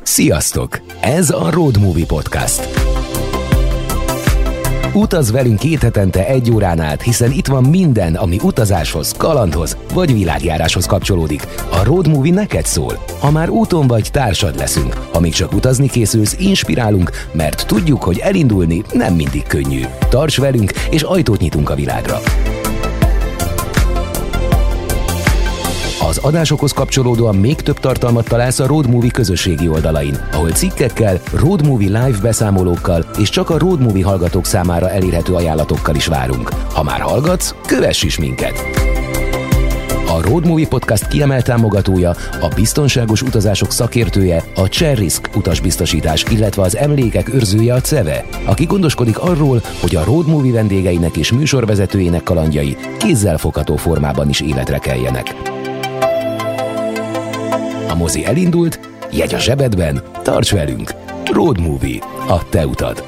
Sziasztok! Ez a Road Movie Podcast. Utazz velünk 2 hetente 1 órán át, hiszen itt van minden, ami utazáshoz, kalandhoz vagy világjáráshoz kapcsolódik. A Road Movie neked szól. Ha már úton vagy, társad leszünk. Ha még csak utazni készülsz, inspirálunk, mert tudjuk, hogy elindulni nem mindig könnyű. Tarts velünk, és ajtót nyitunk a világra. Az adásokhoz kapcsolódóan még több tartalmat találsz a Road Movie közösségi oldalain, ahol cikkekkel, Road Movie live beszámolókkal és csak a Road Movie hallgatók számára elérhető ajánlatokkal is várunk. Ha már hallgatsz, kövess is minket! A Road Movie Podcast kiemelt támogatója, a biztonságos utazások szakértője, a Cherrisk utasbiztosítás, illetve az emlékek őrzője a CEVE, aki gondoskodik arról, hogy a Road Movie vendégeinek és műsorvezetőjének kalandjai kézzelfogható formában is életre keljenek. A mozi elindult, jegy a zsebedben, tarts velünk! Road Movie, a te utad!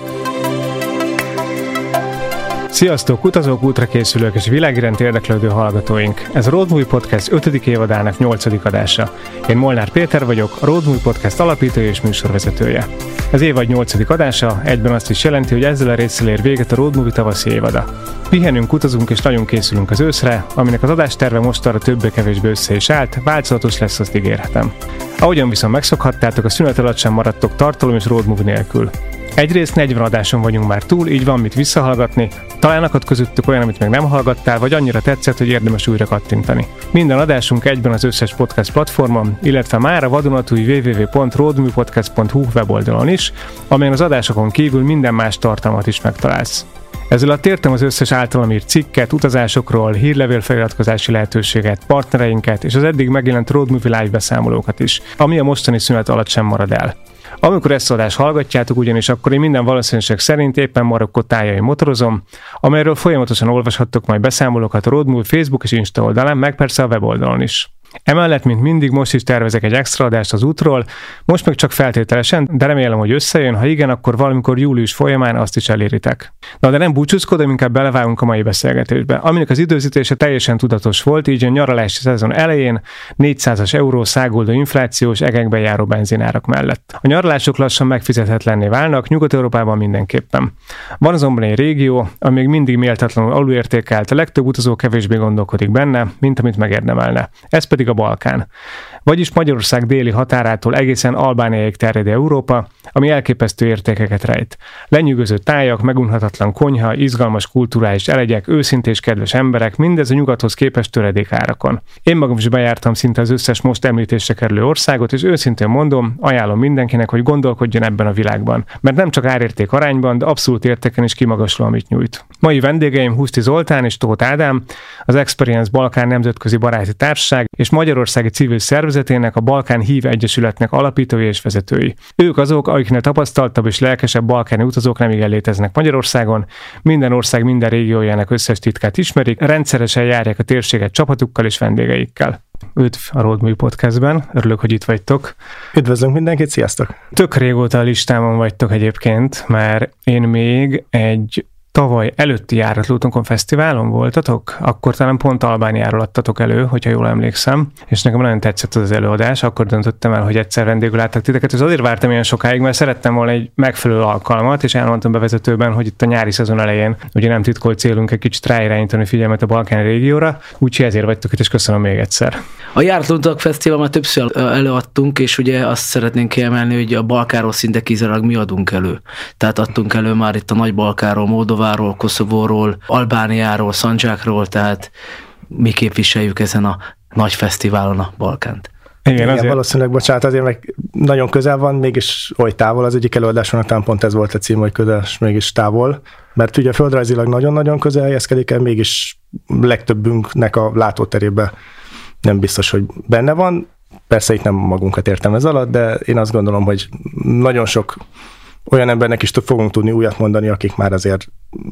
Sziasztok, utazók, útrakészülők és világiránt érdeklődő hallgatóink! Ez a Road Movie Podcast 5. évadának 8. adása. Én Molnár Péter vagyok, a Road Movie Podcast alapítója és műsorvezetője. Ez évad 8. adása egyben azt is jelenti, hogy ezzel a résszel ér véget a Road Movie tavaszi évada. Pihenünk, utazunk és nagyon készülünk az őszre, aminek az adásterve mostanra többé-kevésbé össze is állt, változatos lesz, azt ígérhetem. Ahogyan viszont megszokhattátok, a szünet alatt sem maradtok tartalom és Road Movie nélkül. Egyrészt 40 adáson vagyunk már túl, így van mit visszahallgatni, talán akad közöttük olyan, amit még nem hallgattál, vagy annyira tetszett, hogy érdemes újra kattintani. Minden adásunk egyben az összes podcast platformon, illetve már a vadonatúj www.roadmoviepodcast.hu weboldalon is, amelyen az adásokon kívül minden más tartalmat is megtalálsz. Ezzel alatt értem az összes általam írt cikket, utazásokról, hírlevél feliratkozási lehetőséget, partnereinket és az eddig megjelent Road Movie Live beszámolókat is, ami a mostani szünet alatt sem marad el. Amikor ezt az adást hallgatjátok, ugyanis akkor én minden valószínűség szerint éppen Marokkó tájain motorozom, amelyről folyamatosan olvashattok majd beszámolókat a Road Movie Facebook és Insta oldalán, meg persze a weboldalon is. Emellett, mint mindig, most is tervezek egy extra adást az útról, most még csak feltételesen, de remélem, hogy összejön, ha igen, akkor valamikor július folyamán azt is eléritek. De nem búcsúzkodom, inkább belevágunk a mai beszélgetésbe. Aminek az időzítése teljesen tudatos volt, így a nyaralási szezon elején 400 euró száguldó inflációs egekbe járó benzinárak mellett. A nyaralások lassan megfizethetlenné válnak, Nyugat-Európában mindenképpen. Van azonban egy régió, ami még mindig méltatlanul alulértékelt, a legtöbb utazó kevésbé gondolkodik benne, mint amit megérdemelne. Ez pedig a Balkán. Vagyis Magyarország déli határától egészen Albániáig terjed Európa, ami elképesztő értékeket rejt. Lenyűgöző tájak, megunhatatlan konyha, izgalmas kulturális elegyek, őszintés kedves emberek, mindez a nyugathoz képest töredék árakon. Én magam is bejártam szinte az összes most említésre kerülő országot, és őszintén mondom, ajánlom mindenkinek, hogy gondolkodjon ebben a világban. Mert nem csak árérték arányban, de abszolút értéken is kimagasló, amit nyújt. Mai vendégeim Huszti Zoltán és Tóth Ádám, az Experience Balkán Nemzetközi Baráti Társaság és Magyarországi Civil Szervezetének, a Balkán Hív Egyesületnek alapítói és vezetői. Ők azok, akiknek tapasztaltabb és lelkesebb balkáni utazók nem igen léteznek Magyarországon, minden ország minden régiójának összes titkát ismerik, rendszeresen járják a térséget csapatukkal és vendégeikkel. Üdv a Road Movie Podcastben, örülök, hogy itt vagytok. Üdvözlünk mindenkit, sziasztok! Tök régóta a listámon vagytok egyébként, mert én még egy tavaly előtti járatlótunkon fesztiválon voltatok, akkor talán pont Albániáról adtatok elő, hogyha jól emlékszem, és nekem nagyon tetszett az előadás, akkor döntöttem el, hogy egyszer vendégül láttak titeket, és azért vártam ilyen sokáig, mert szerettem volna egy megfelelő alkalmat, és elmondtam bevezetőben, hogy itt a nyári szezon elején ugye nem titkolt célunk egy kicsit ráirányítani figyelmet a balkáni régióra, úgyhogy ezért vagytok itt, és köszönöm még egyszer. A Járatlótunkon fesztivál már többször előadtunk, és ugye azt szeretnénk kiemelni, hogy a Balkánról szinte kizárólag mi adunk elő. Tehát adtunk elő már itt a Nagy-Balkánról, Moldováról, Koszovóról, Albániáról, Szandzsákról, tehát mi képviseljük ezen a nagy fesztiválon a Balkánt. Igen, azért. Valószínűleg, bocsánat, azért meg nagyon közel van, mégis oly távol. Az egyik előadáson talán pont ez volt a cím, hogy közel, mégis távol. Mert ugye földrajzilag nagyon-nagyon közel helyezkedik el, mégis legtöbbünknek a látóterében nem biztos, hogy benne van. Persze itt nem magunkat értem ez alatt, de én azt gondolom, hogy nagyon sok olyan embernek is fogunk tudni újat mondani, akik már azért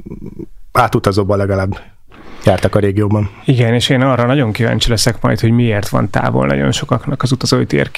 átutazóban legalább jártak a régióban. Igen, és én arra nagyon kíváncsi leszek majd, hogy miért van távol nagyon sokaknak az utazói térkép.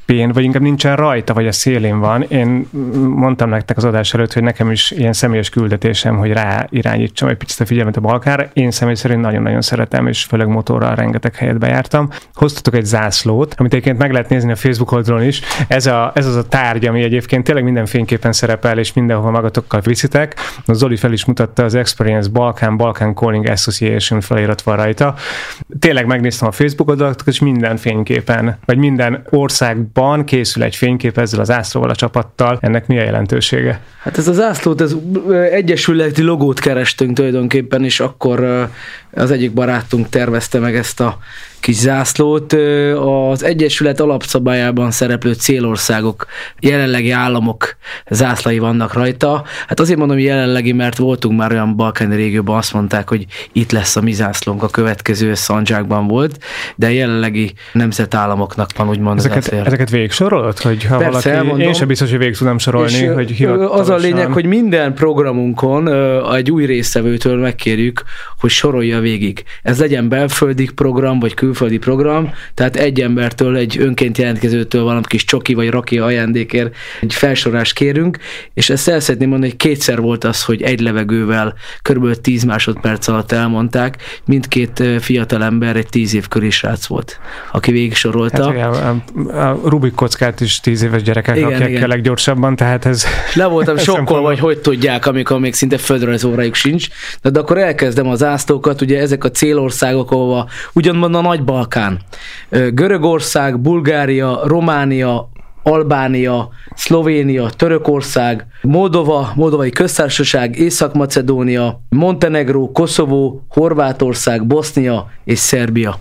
közepén, vagy inkább nincsen rajta, vagy a szélén van. Én mondtam nektek az adás előtt, hogy nekem is ilyen személyes küldetésem, hogy rá irányítsam egy picit a figyelmet a Balkánra. Én személy szerint nagyon-nagyon szeretem, és főleg motorral rengeteg helyet bejártam. Hoztatok egy zászlót, amit egyébként meg lehet nézni a Facebook oldalon is. Ez az a tárgy, ami egyébként tényleg minden fényképen szerepel, és mindenhova magatokkal viszitek. A Zoli fel is mutatta, az Experience Balkan Calling Association felirat van rajta. Tényleg megnéztem a Facebook oldalatot, és minden fényképen, vagy minden országban készül egy fénykép ezzel az zászlóval, a csapattal. Ennek mi a jelentősége? Hát ez a zászlót, ez egyesületi logót kerestünk tulajdonképpen, és akkor az egyik barátunk tervezte meg ezt a kis zászlót. Az Egyesület alapszabályában szereplő célországok, jelenlegi államok zászlai vannak rajta. Hát azért mondom jelenlegi, mert voltunk már olyan balkáni régióban, azt mondták, hogy itt lesz a mi zászlónk, a következő Szandzsákban volt, de jelenlegi nemzetállamoknak van úgymond ezeket végig sorolod? Hogy ha persze, valaki, elmondom. Én sem biztos, hogy végig tudom sorolni, hogy hivatalosan. Az a lényeg, hogy minden programunkon egy új résztvevőtől megkérjük, hogy sorolja végig. Ez legyen belföldi program, vagy külföldi program, tehát egy embertől, egy önként jelentkezőtől valami kis csoki vagy raki ajándékért egy felsorolást kérünk, és ezt el szeretném mondani, hogy kétszer volt az, hogy egy levegővel kb. 10 másodperc alatt elmondták, mindkét fiatal ember egy 10 év körüli srác volt, aki végig sorolta. Hát, a Rubik kockát is 10 éves gyerekek rakják a leggyorsabban, tehát ez... Le voltam sokkolva, hogy tudják, amikor még szinte földrajzórájuk sincs, de akkor elkezdem az zászlókat, ugye ezek a célországok, ahova ugyanmond a Nagy-Balkán, Görögország, Bulgária, Románia, Albánia, Szlovénia, Törökország, Moldovai Köztársaság, Észak-Macedónia, Montenegró, Koszovó, Horvátország, Bosznia és Szerbia.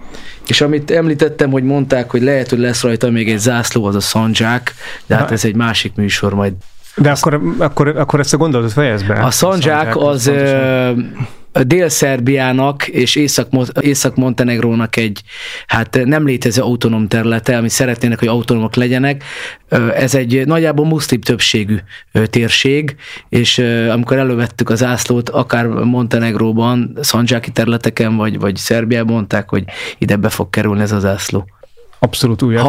És amit említettem, hogy mondták, hogy lehet, hogy lesz rajta még egy zászló, az a Szandzsák, de hát ez egy másik műsor majd. De akkor ezt a gondolatot fejezd be. A Szandzsák az Dél-Szerbiának és Észak-Montenegrónak egy nem létező autonóm területe, amit szeretnének, hogy autonómok legyenek. Ez egy nagyjából muszlim többségű térség, és amikor elővettük az zászlót, akár Montenegróban, szandzsáki területeken, vagy Szerbiában mondták, hogy ide be fog kerülni ez a zászló. Abszolút újat.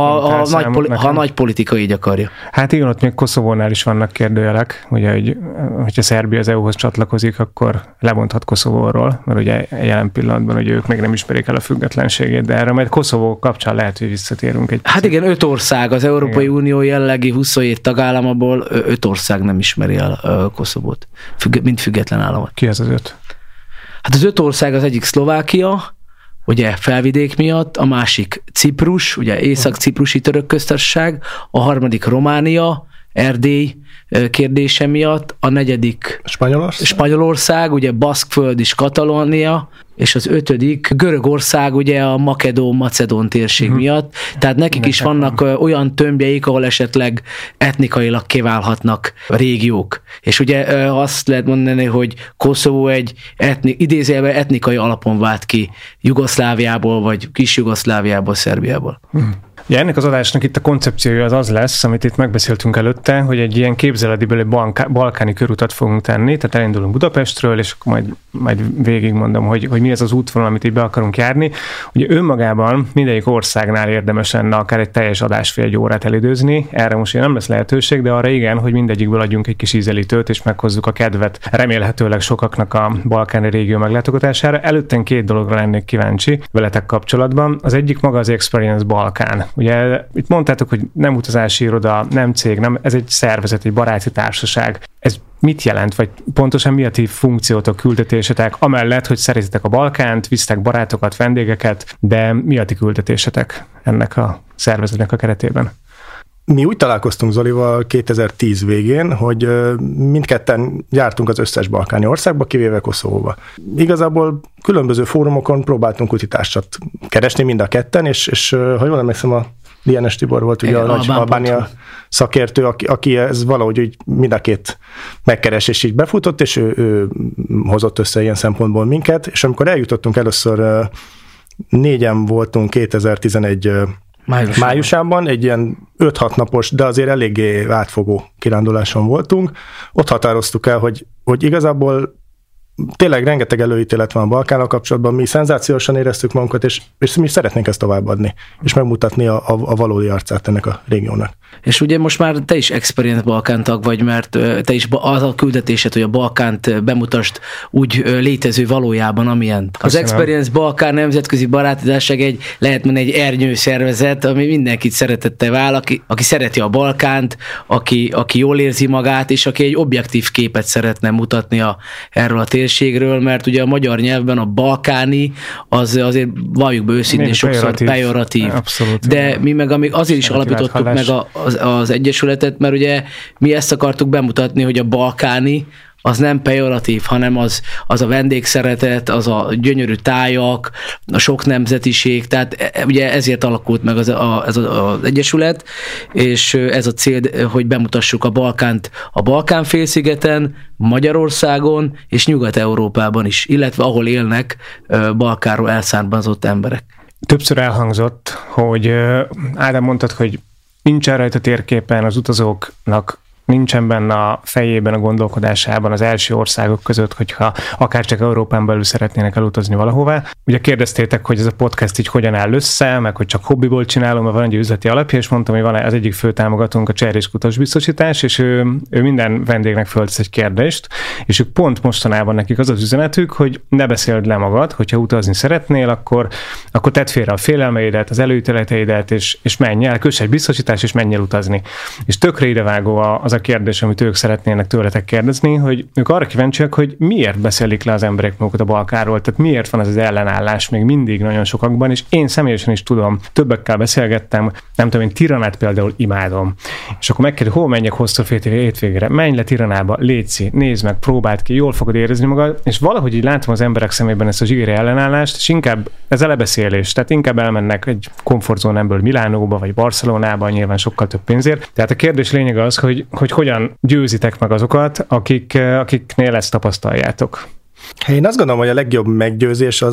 Ha nagy politika így akarja. Hát igen, ott még Koszovónál is vannak kérdőjelek, ugye, hogyha Szerbia az EU-hoz csatlakozik, akkor levonthat Koszovóról, mert ugye jelen pillanatban ugye ők még nem ismerik el a függetlenségét, de erre majd Koszovó kapcsán lehet, hogy visszatérünk egy Hát igen, 5 ország, az Európai Unió jellegi 27 tagállamából 5 ország nem ismeri el Koszovót, mint független államot. Ki az 5? Hát az 5 ország az egyik Szlovákia, ugye felvidék miatt, a másik Ciprus, ugye Észak-Ciprusi Török Köztársaság, a harmadik Románia, Erdély kérdése miatt, a negyedik Spanyolország, ugye Baszkföld és Katalónia, és az 5. Görögország, ugye a Macedón térség miatt. Tehát nekik is vannak olyan tömbjeik, ahol esetleg etnikailag kiválhatnak régiók. És ugye azt lehet mondani, hogy Koszovó egy idézőjelben etnikai alapon vált ki Jugoszláviából, vagy Kis-Jugoszláviából, Szerbiából. Ja, ennek az adásnak itt a koncepciója az lesz, amit itt megbeszéltünk előtte, hogy egy ilyen képzeletbeli balkáni körutat fogunk tenni, tehát elindulunk Budapestről, és akkor majd végigmondom, hogy mi ez az útvonal, amit így be akarunk járni. Ugye önmagában mindegyik országnál érdemes lenne akár egy teljes adásfél egy órát elidőzni, erre most nem lesz lehetőség, de arra igen, hogy mindegyikből adjunk egy kis ízelítőt, és meghozzuk a kedvet remélhetőleg sokaknak a balkáni régió meglátogatására. Előtte 2 dologra lennék kíváncsi veletek kapcsolatban. Az egyik maga az Experience Balkán. Ugye itt mondtátok, hogy nem utazási iroda, nem cég, ez egy szervezet, egy baráti társaság. Ez mit jelent, vagy pontosan mi a ti funkciótok, küldetésetek, amellett, hogy szeretitek a Balkánt, visztek barátokat, vendégeket, de mi a ti küldetésetek ennek a szervezetnek a keretében? Mi úgy találkoztunk Zolival 2010 végén, hogy mindketten jártunk az összes balkáni országba, kivéve Koszovóba. Igazából különböző fórumokon próbáltunk kutitársat keresni mind a ketten, és ha jól emlékszem, a Lienes Tibor volt ugye a nagy Albánia szakértő, aki ez valahogy úgy mind a 2 megkeresés így befutott, és ő hozott össze ilyen szempontból minket, és amikor eljutottunk először 4-en voltunk 2011 májusában, egy ilyen 5-6 napos, de azért eléggé átfogó kiránduláson voltunk. Ott határoztuk el, hogy igazából tényleg rengeteg előítélet van a Balkánnal kapcsolatban, mi szenzációsan éreztük magunkat, és mi szeretnénk ezt továbbadni, és megmutatni a valódi arcát ennek a régiónak. És ugye most már te is Experience Balkán tag vagy, mert te is az a küldetésed, hogy a Balkánt bemutasd úgy létező valójában, amilyen. Az Experience Balkán nemzetközi barátság lehet mondani egy ernyő szervezet, ami mindenkit szeretettel vál, aki szereti a Balkánt, aki jól érzi magát, és aki egy objektív képet szeretne mutatni erről a térségről, mert ugye a magyar nyelvben a balkáni az azért valljuk be őszintén sokszor pejoratív. Abszolút. De mi meg azért is alapítottuk meg az Egyesületet, mert ugye mi ezt akartuk bemutatni, hogy a balkáni az nem pejoratív, hanem az a vendégszeretet, az a gyönyörű tájak, a sok nemzetiség, tehát ugye ezért alakult meg ez az Egyesület, és ez a cél, hogy bemutassuk a Balkánt a Balkán-félszigeten, Magyarországon és Nyugat-Európában is, illetve ahol élnek Balkánról elszármazott emberek. Többször elhangzott, hogy Ádám mondtad, hogy nincsen rajta térképen az utazóknak, nincsen benne a fejében, a gondolkodásában az első országok között, hogyha akár csak Európán belül szeretnének elutazni valahová. Ugye kérdeztétek, hogy ez a podcast így hogyan áll össze, meg hogy csak hobbiból csinálom, mert van egy üzleti alapja, és mondtam, hogy van az egyik fő támogatónk a cserés utasbiztosítás, és ő minden vendégnek föltesz egy kérdést, és ők pont mostanában nekik az az üzenetük, hogy ne beszéld le magad, hogyha utazni szeretnél, akkor tedd félre a félelmeidet, az előítéleteidet, és menj el, köss egy biztosítás, és menj el utazni. És tökre idevágó az a kérdés, amit ők szeretnének tőletek kérdezni, hogy ők arra kíváncsiak, hogy miért beszélik le az emberek magukat a Balkánról, tehát miért van ez az ellenállás még mindig nagyon sokakban, és én személyesen is tudom, többekkel beszélgettem, nem tudom, én Tiranát például imádom. És akkor megkérdezik, hol menjek hosszú hétvégére, menj le Tiranába, létszi, nézd meg, próbáld ki, jól fogod érezni magad, és valahogy így látom az emberek szemében ezt a zsigeri ellenállást, és inkább ez a lebeszélés, tehát inkább elmennek egy komfortzónából Milánóba vagy Barcelonába, nyilván sokkal több pénzért. Tehát a kérdés lényege az, hogy hogyan győzitek meg azokat, akiknél ezt tapasztaljátok. Én azt gondolom, hogy a legjobb meggyőzés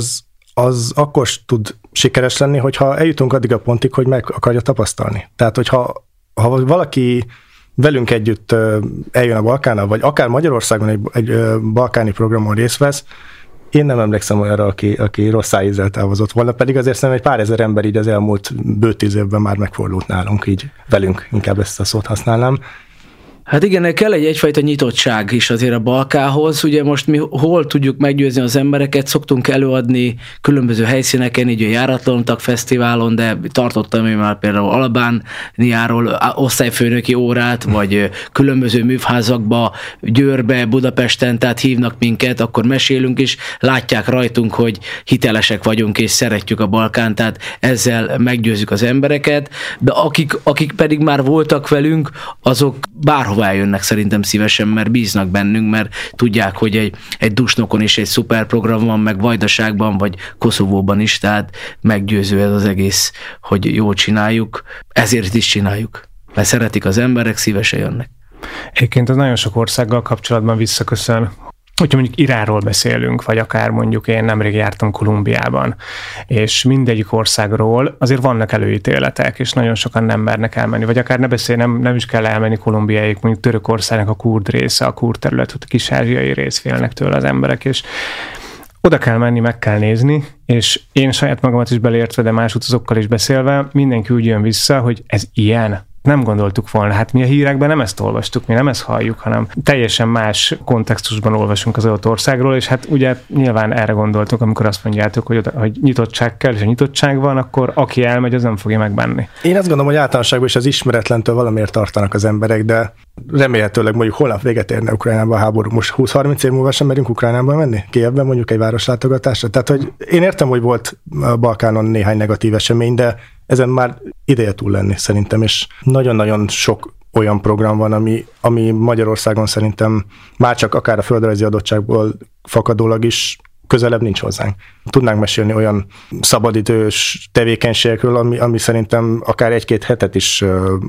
az akkor tud sikeres lenni, hogyha eljutunk addig a pontig, hogy meg akarja tapasztalni. Tehát, hogyha valaki velünk együtt eljön a Balkánnal, vagy akár Magyarországon egy balkáni programon részt vesz, én nem emlékszem olyanra, aki rossz ízzel távozott volna, pedig azért szerintem egy pár ezer ember így az elmúlt bő 10 évben már megfordult nálunk, így velünk, inkább ezt a szót használnám. Hát igen, kell egyfajta nyitottság is azért a Balkánhoz. Ugye most mi hol tudjuk meggyőzni az embereket, szoktunk előadni különböző helyszíneken, így a Járatlanok Fesztiválon, de tartottam én már például Albániáról osztályfőnöki órát, vagy különböző művházakba, Győrbe, Budapesten, tehát hívnak minket, akkor mesélünk is, látják rajtunk, hogy hitelesek vagyunk, és szeretjük a Balkánt, tehát ezzel meggyőzzük az embereket, de akik pedig már voltak velünk, azok bárhol eljönnek szerintem szívesen, mert bíznak bennünk, mert tudják, hogy egy Dusnokon is egy szuper program van, meg Vajdaságban, vagy Koszovóban is, tehát meggyőző ez az egész, hogy jól csináljuk, ezért is csináljuk, mert szeretik az emberek, szívesen jönnek. Egyébként az nagyon sok országgal kapcsolatban visszaköszön, hogyha mondjuk Iránról beszélünk, vagy akár mondjuk én nemrég jártam Kolumbiában, és mindegyik országról azért vannak előítéletek, és nagyon sokan nem mernek elmenni, vagy akár nem is kell elmenni Kolumbiáig, mondjuk Törökországnak a kurd része, a kurd terület, a kis-ázsiai rész, félnek tőle az emberek, és oda kell menni, meg kell nézni, és én saját magamat is beleértve, de más utazókkal is beszélve, mindenki úgy jön vissza, hogy ez ilyen. Nem gondoltuk volna, hát mi a hírekben nem ezt olvastuk, mi nem ezt halljuk, hanem teljesen más kontextusban olvasunk az adott országról, és hát ugye nyilván erre gondoltuk, amikor azt mondjátok, hogy nyitottság kell, és a nyitottság van, akkor aki elmegy, az nem fogja megbánni. Én azt gondolom, hogy általánosságban is az ismeretlentől valamiért tartanak az emberek, de remélhetőleg mondjuk holnap véget érne Ukrajnába a háború. Most 20-30 év múlva sem merünk Ukrajnába menni? Kijevben mondjuk egy városlátogatásra? Tehát, hogy én értem, hogy volt a Balkánon néhány negatív esemény, de ezen már ideje túl lenni szerintem, és nagyon-nagyon sok olyan program van, ami Magyarországon szerintem már csak akár a földrajzi adottságból fakadólag is közelebb nincs hozzánk. Tudnánk mesélni olyan szabadidős tevékenységekről, ami szerintem akár 1-2 hetet is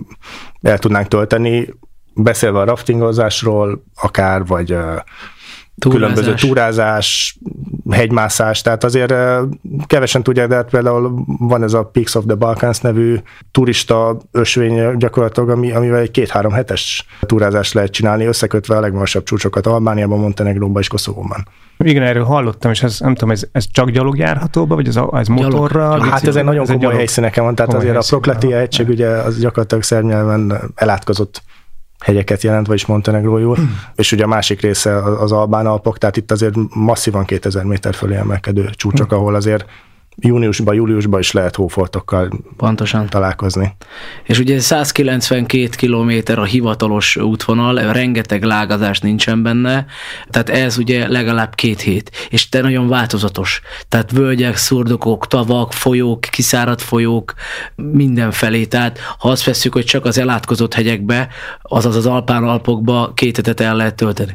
el tudnánk tölteni, beszélve a raftingozásról, akár, vagy különböző túrázás, hegymászás, tehát azért kevesen tudják, de hát például van ez a Peaks of the Balkans nevű turista ösvény gyakorlatilag, amivel egy 2-3 hetes túrázást lehet csinálni, összekötve a legmagasabb csúcsokat Albániában, Montenegróban és Koszovóban. Igen, erről hallottam, és nem tudom, ez csak gyalog járhatóba, vagy ez motorral? Hát ez egy nagyon komoly helyszíneken van, tehát azért a Prokletia hegység ugye az gyakorlatilag szerb nyelven elátkozott hegyeket jelent, vagyis Montenegrójul, és ugye a másik része az Albán Alpok, tehát itt azért masszívan 2000 méter fölé emelkedő csúcsok, ahol azért júniusban, júliusban is lehet hófoltokkal pontosan találkozni. És ugye 192 kilométer a hivatalos útvonal, rengeteg lágazás nincsen benne, tehát ez ugye legalább 2 hét, és te nagyon változatos. Tehát völgyek, szurdokok, tavak, folyók, kiszáradt folyók, mindenfelé. Tehát ha azt vesszük, hogy csak az elátkozott hegyekbe, azaz az Alpán Alpokba 2 hetet el lehet tölteni.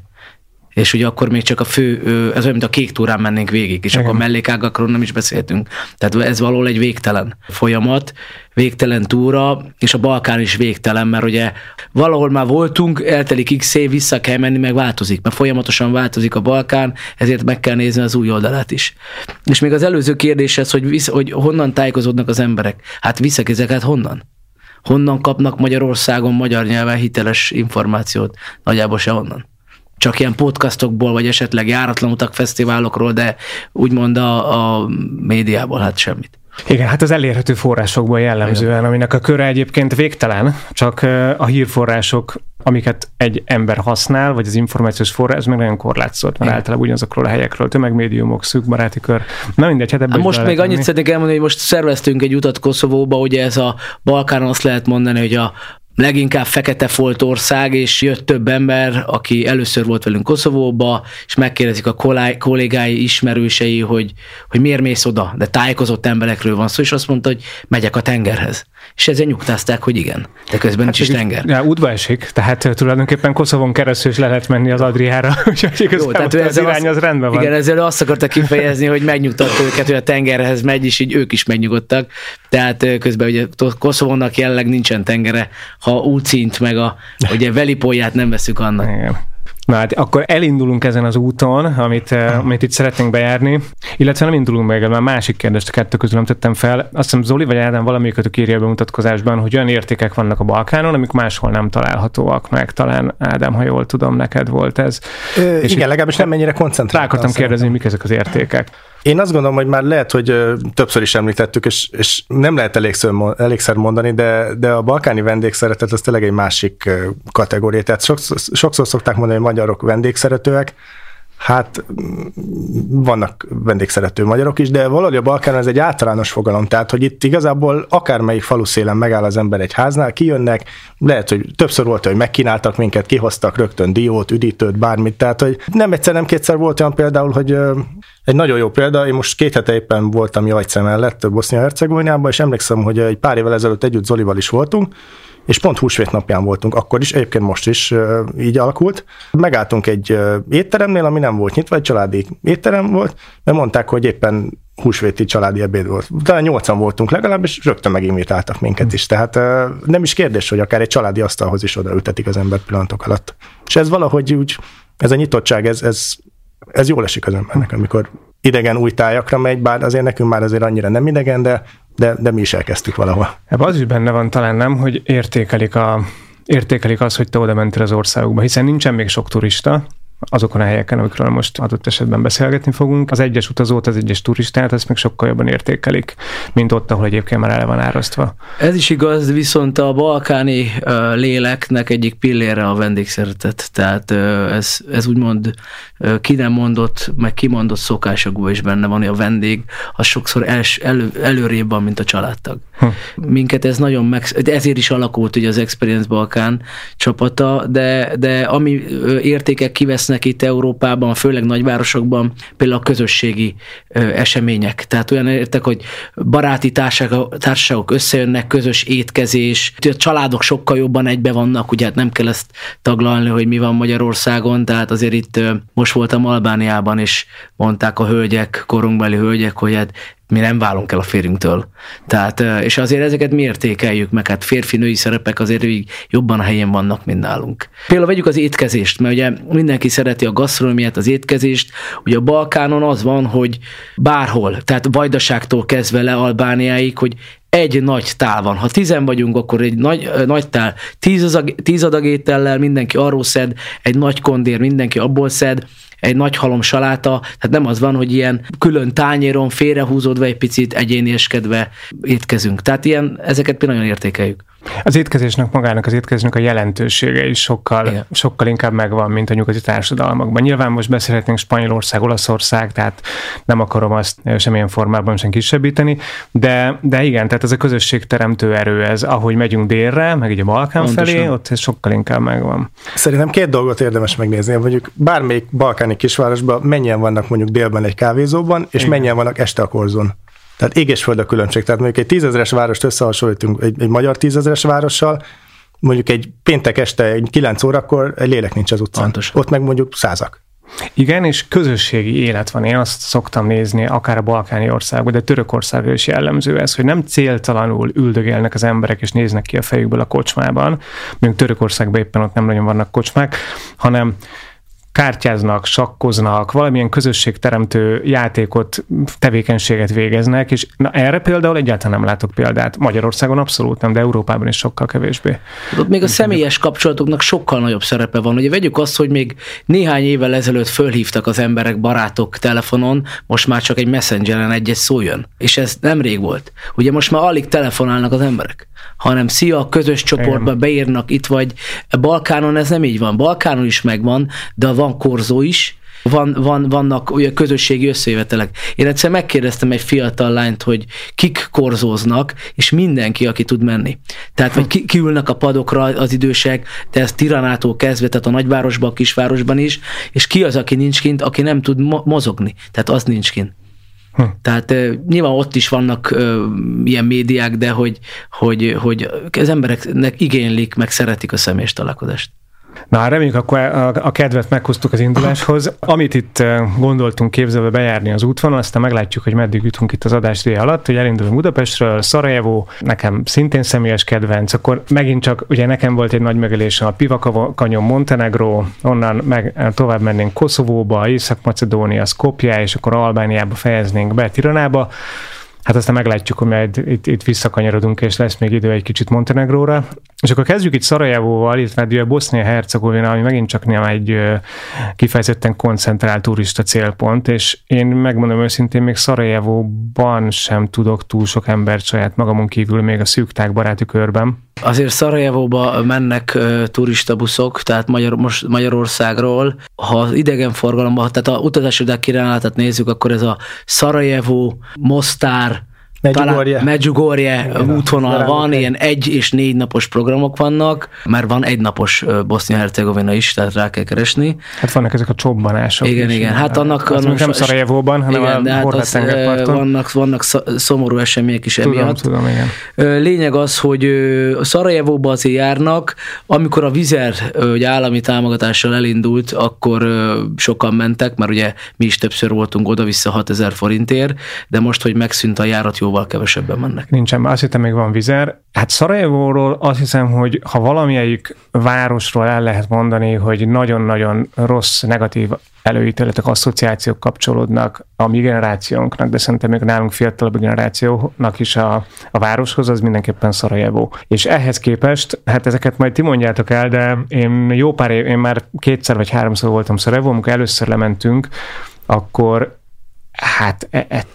És ugye akkor még csak a fő, ez olyan, mint a kék túrán mennénk végig, és igen. Akkor mellékágakról nem is beszéltünk. Tehát ez valahol egy végtelen folyamat, végtelen túra, és a Balkán is végtelen, mert ugye valahol már voltunk, eltelik x év, vissza kell menni, meg változik, mert folyamatosan változik a Balkán, ezért meg kell nézni az új oldalát is. És még az előző kérdéshez, hogy honnan tájékozódnak az emberek. Hát viszek ezeket honnan? Honnan kapnak Magyarországon magyar nyelven hiteles információt? Nagyjából se honnan. Csak ilyen podcastokból, vagy esetleg járatlan utak fesztiválokról, de úgymond a médiából hát semmit. Igen, hát az elérhető forrásokból jellemzően, aminek a köre egyébként végtelen, csak a hírforrások, amiket egy ember használ, vagy az információs forrás, meg nagyon korlátozott, mert általában ugyanazokról a helyekről, tömegmédiumok, szűk baráti kör. Na mindegy, hát ebben most még annyit szeretnék elmondani, hogy most szerveztünk egy utat Koszovóba, ugye ez a Balkánon azt lehet mondani, hogy a leginkább fekete folt ország, és jött több ember, aki először volt velünk Koszovóba, és megkérdezik a kollégái, ismerősei, hogy miért mész oda, de tájékozott emberekről van szó, és azt mondta, hogy megyek a tengerhez. És ezzel nyugtázták, hogy igen, de közben nincs is tenger. Ja, útba esik, tehát tulajdonképpen Koszovon keresztül is lehet menni az Adriára, úgyhogy az irány az rendben van. Igen, ezzel azt akarta kifejezni, hogy megnyugtatta őket, hogy a tengerhez megy, és így ők is megnyugodtak. Tehát közben ugye Koszovónak jelenleg nincsen tengere, ha útszint meg ugye Velipóját nem veszük annak. Igen. Na hát akkor elindulunk ezen az úton, amit itt szeretnénk bejárni, illetve nem indulunk meg, már másik kérdést a kettő közül nem tettem fel. Azt hiszem Zoli vagy Ádám valamelyikötök írja a bemutatkozásban, hogy olyan értékek vannak a Balkánon, amik máshol nem találhatóak meg. Talán Ádám, ha jól tudom, neked volt ez. És igen, legalábbis nem mennyire koncentráltan. Rá akartam kérdezni, mik ezek az értékek. Én azt gondolom, hogy már lehet, hogy többször is említettük, és nem lehet elégszer mondani, de a balkáni vendégszeretet az tényleg egy másik kategória. Tehát sokszor szokták mondani, hogy magyarok vendégszeretőek, hát vannak vendégszerető magyarok is, de valahogy a Balkánon ez egy általános fogalom, tehát hogy itt igazából akármelyik faluszélen megáll az ember egy háznál, kijönnek, lehet, hogy többször volt, hogy megkínáltak minket, kihoztak rögtön diót, üdítőt, bármit, tehát hogy nem egyszer, nem kétszer volt olyan például, hogy egy nagyon jó példa, én most 2 hete éppen voltam Jajce mellett, Bosznia-Hercegovinában, és emlékszem, hogy egy pár évvel ezelőtt együtt Zolival is voltunk, és pont húsvét napján voltunk, akkor is, egyébként most is így alakult. Megálltunk egy étteremnél, ami nem volt nyitva, egy családi étterem volt, mert mondták, hogy éppen húsvéti családi ebéd volt. Talán 8-an voltunk legalább, és rögtön meginvitáltak minket is. Tehát nem is kérdés, hogy akár egy családi asztalhoz is odaültetik az ember pillanatok alatt. És ez valahogy úgy, ez a nyitottság, ez jól esik az embernek, amikor idegen új tájakra megy, bár azért nekünk már azért annyira nem idegen, de mi is elkezdtük valahol. Ebben az is benne van talán, nem, hogy értékelik azt, hogy te oda mentél az országokba, hiszen nincsen még sok turista azokon a helyeken, amikről most adott esetben beszélgetni fogunk. Az egyes utazót, az egyes turistát, ezt még sokkal jobban értékelik, mint ott, ahol egyébként már el van árasztva. Ez is igaz, viszont a balkáni léleknek egyik pillére a vendégszeretet. Tehát ez úgymond ki nem mondott, meg kimondott szokásokban is benne van, hogy a vendég az sokszor előrébb van, mint a családtag. Minket ez nagyon ezért is alakult ugye az Experience Balkán csapata, de ami értékek kivesznek itt Európában, főleg nagyvárosokban, például a közösségi események. Tehát olyan értek, hogy baráti társaságok összejönnek, közös étkezés, a családok sokkal jobban egybe vannak, ugye hát nem kell ezt taglalni, hogy mi van Magyarországon, tehát azért itt most voltam Albániában, és mondták a hölgyek, korunkbeli hölgyek, hogy hát mi nem válunk el a férjünktől. Tehát, és azért ezeket mi értékeljük meg, hát férfi-női szerepek azért jobban a helyén vannak, mint nálunk. Például vegyük az étkezést, mert ugye mindenki szereti a gasztronómiát, az étkezést. Ugye a Balkánon az van, hogy bárhol, tehát Vajdaságtól kezdve le Albániáig, hogy egy nagy tál van. Ha 10 vagyunk, akkor egy nagy tál, 10 adag étellel, mindenki arról szed, egy nagy kondér, mindenki abból szed, egy nagy halom saláta, tehát nem az van, hogy ilyen külön tányéron félrehúzódva egy picit egyénieskedve étkezünk. Tehát ezeket mi nagyon értékeljük. Az étkezésnek magának, az étkezésnek a jelentősége is sokkal inkább megvan, mint a nyugati társadalmakban. Nyilván most beszélhetnénk Spanyolország, Olaszország, tehát nem akarom azt semmilyen formában sem kisebbíteni, de igen, tehát ez a közösségteremtő erő, ez ahogy megyünk délre, meg így a Balkán felé, ott ez sokkal inkább megvan. Szerintem 2 dolgot érdemes megnézni, mondjuk bármelyik balkáni kisvárosban mennyien vannak mondjuk délben egy kávézóban, és mennyien vannak este a Korzón. Tehát ég és föld a különbség. Tehát mondjuk egy 10 000-es várost összehasonlítunk egy magyar 10 000-es várossal, mondjuk egy péntek este egy 9 órakor egy lélek nincs az utcán. Pontosan. Ott meg mondjuk 100-ak. Igen, és közösségi élet van. Én azt szoktam nézni, akár a balkáni országban, de Törökországra is jellemző ez, hogy nem céltalanul üldögélnek az emberek, és néznek ki a fejükből a kocsmában, mondjuk Törökországban éppen ott nem nagyon vannak kocsmák, hanem kártyáznak, sakkoznak, valamilyen közösségteremtő játékot, tevékenységet végeznek, és erre például egyáltalán nem látok példát. Magyarországon abszolút nem, de Európában is sokkal kevésbé. Ott még a személyes kapcsolatoknak sokkal nagyobb szerepe van. Ugye vegyük azt, hogy még néhány évvel ezelőtt fölhívtak az emberek, barátok telefonon, most már csak egy messengeren egy szó jön. És ez nem rég volt. Ugye most már alig telefonálnak az emberek, hanem szia, közös csoportba beírnak, itt vagy. Balkánon ez nem így van. Balkánon is megvan, de van korzó is, vannak olyan közösségi összejövetelek. Én egyszer megkérdeztem egy fiatal lányt, hogy kik korzóznak, és mindenki, aki tud menni. Tehát, vagy kiülnek a padokra az idősek, de ez Tiranától kezdve, tehát a nagyvárosban, a kisvárosban is, és ki az, aki nincs kint, aki nem tud mozogni. Tehát az nincs kint. Tehát nyilván ott is vannak ilyen médiák, de hogy az embereknek igénylik, meg szeretik a személyes találkozást. Na, reméljük, akkor a kedvet meghoztuk az induláshoz. Amit itt gondoltunk képzelve bejárni az útvonal, aztán meglátjuk, hogy meddig jutunk itt az adás ideje alatt, hogy elindulunk Budapestről, Szarajevó, nekem szintén személyes kedvenc, akkor megint csak, ugye nekem volt egy nagy megélésem a Pivakakanyon, Montenegró, onnan tovább mennénk Koszovóba, Észak-Macedónia, Skopje, és akkor Albániába fejeznénk be, Tiranába. Hát aztán meglátjuk, hogy majd itt visszakanyarodunk, és lesz még idő egy kicsit Montenegróra. És akkor kezdjük itt Szarajevóval, illetve Bosznia-Hercegovina, ami megint csak nem egy kifejezetten koncentrált turista célpont, és én megmondom őszintén, még Szarajevóban sem tudok túl sok embert saját magamon kívül még a szűk baráti körben. Azért Szarajevóba mennek turistabuszok, tehát Magyarországról. Ha az idegenforgalomban, tehát a utazási kiránátát nézzük, akkor ez a Szarajevó, Mostár, Medjugorje útvonal van, ilyen 1 és 4 napos programok vannak, mert van 1 napos Bosznia-Hercegovina is, tehát rá kell keresni. Hát vannak ezek a csobbanások. Igen. Hát annak nem Szarajevóban, hanem igen, a Horvát-tengerparton. Vannak szomorú események is emiatt. Tudom, igen. Lényeg az, hogy Szarajevóba azért járnak, amikor a Vizer állami támogatással elindult, akkor sokan mentek, mert ugye mi is többször voltunk oda-vissza 6000 forintért, de most, hogy megszűnt a járat, jóval kevesebben mennek. Nincsen, azt hittem még van Vizer. Hát Szarajevóról azt hiszem, hogy ha valamelyik városról el lehet mondani, hogy nagyon-nagyon rossz, negatív előítéletek, asszociációk kapcsolódnak a mi generációnknak, de szerintem még nálunk fiatalabb generációnak is a városhoz, az mindenképpen Szarajevó. És ehhez képest, hát ezeket majd ti mondjátok el, de én már 2 vagy 3 voltam Szarajevó, amikor először lementünk, akkor hát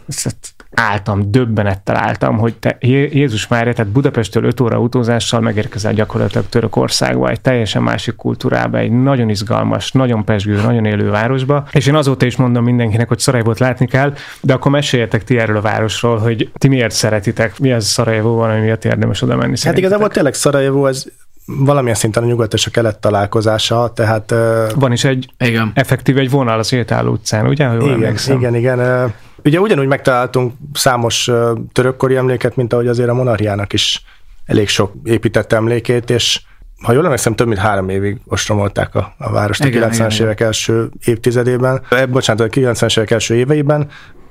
döbbenettel álltam, hogy te Jézus Mária, tehát Budapesttől 5 óra utózással megérkezel gyakorlatilag Törökországba, egy teljesen másik kultúrába, egy nagyon izgalmas, nagyon pezsgő, nagyon élő városba. És én azóta is mondom mindenkinek, hogy Szarajevót látni kell, de akkor meséljetek ti erről a városról, hogy ti miért szeretitek, mi az Szarajevóban, ami miatt érdemes oda menni. Hát igazából tényleg Szarajevó, ez valamilyen szinten a nyugat és a kelet találkozása, tehát... Van is effektív egy vonal az sétáló utcán, ugye? Igen. Ugye ugyanúgy megtaláltunk számos törökkori emléket, mint ahogy azért a monarchiának is elég sok épített emlékét, és ha jól emlékszem, több mint 3 évig ostromolták a várost a 90-es évek első évtizedében, a 90-es évek első éveiben,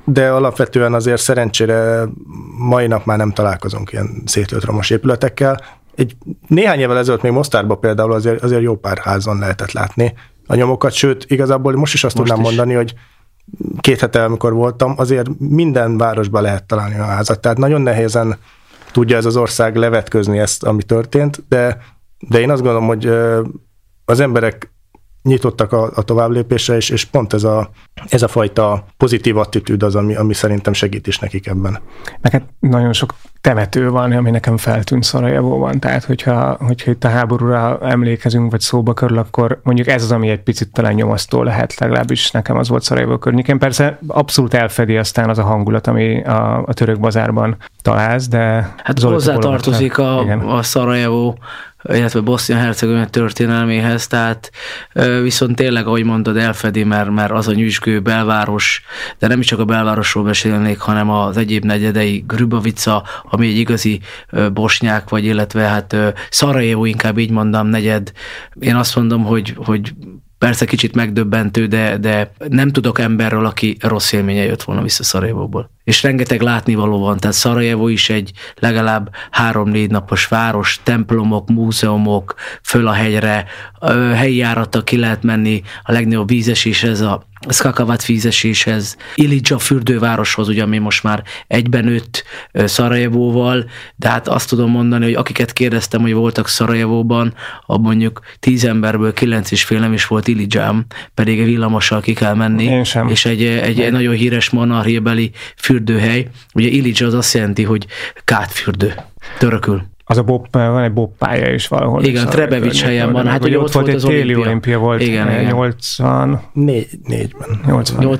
de alapvetően azért szerencsére mai nap már nem találkozunk ilyen szétlőtt romos épületekkel. Néhány évvel ezelőtt még Mostárban például azért jó pár házon lehetett látni a nyomokat, sőt, igazából most is azt tudnám mondani, hogy 2 hete, amikor voltam, azért minden városban lehet találni a házat. Tehát nagyon nehézen tudja ez az ország levetközni ezt, ami történt, de én azt gondolom, hogy az emberek nyitottak a továbblépésre, és pont ez a fajta pozitív attitűd az, ami szerintem segít is nekik ebben. Neked nagyon sok temető van, ami nekem feltűnt Szarajevóban, tehát hogyha itt a háborúra emlékezünk, vagy szóba kerül, akkor mondjuk ez az, ami egy picit talán nyomasztó lehet, legalábbis nekem az volt Szarajevó környékén. Persze abszolút elfedi aztán az a hangulat, ami a török bazárban találsz, de... Hát hozzátartozik a Szarajevó, illetve Bosznia-Hercegovina történelméhez, tehát viszont tényleg, ahogy mondod, elfedi, mert az a nyüzsgő belváros, de nem is csak a belvárosról beszélnék, hanem az egyéb negyedei, Grübovica, ami egy igazi bosnyák, vagy illetve hát Szarajevó, inkább így mondom, negyed. Én azt mondom, hogy persze kicsit megdöbbentő, de nem tudok emberről, aki rossz élménye jött volna vissza Szarajevóból. És rengeteg látnivaló van, tehát Szarajevó is egy legalább 3-4 napos város, templomok, múzeumok, föl a hegyre, helyi járattal ki lehet menni, a legnagyobb vízeséshez, a Skakavat vízeséshez, Ilidža fürdővároshoz, ugye, ami most már egyben nőtt Szarajevóval, de hát azt tudom mondani, hogy akiket kérdeztem, hogy voltak Szarajevóban, abban mondjuk 10 emberből 9,5 nem is volt Ilidžám, pedig egy villamossal ki kell menni, és egy nagyon híres monarchiabeli fürdőhely. Ugye Ilidža az azt jelenti, hogy kátfürdő, törökül. Az van egy bobpálya is valahol. Igen, Trebevics helyen van. Hát ugye ott volt az téli olimpia volt. Igen. 84-ben.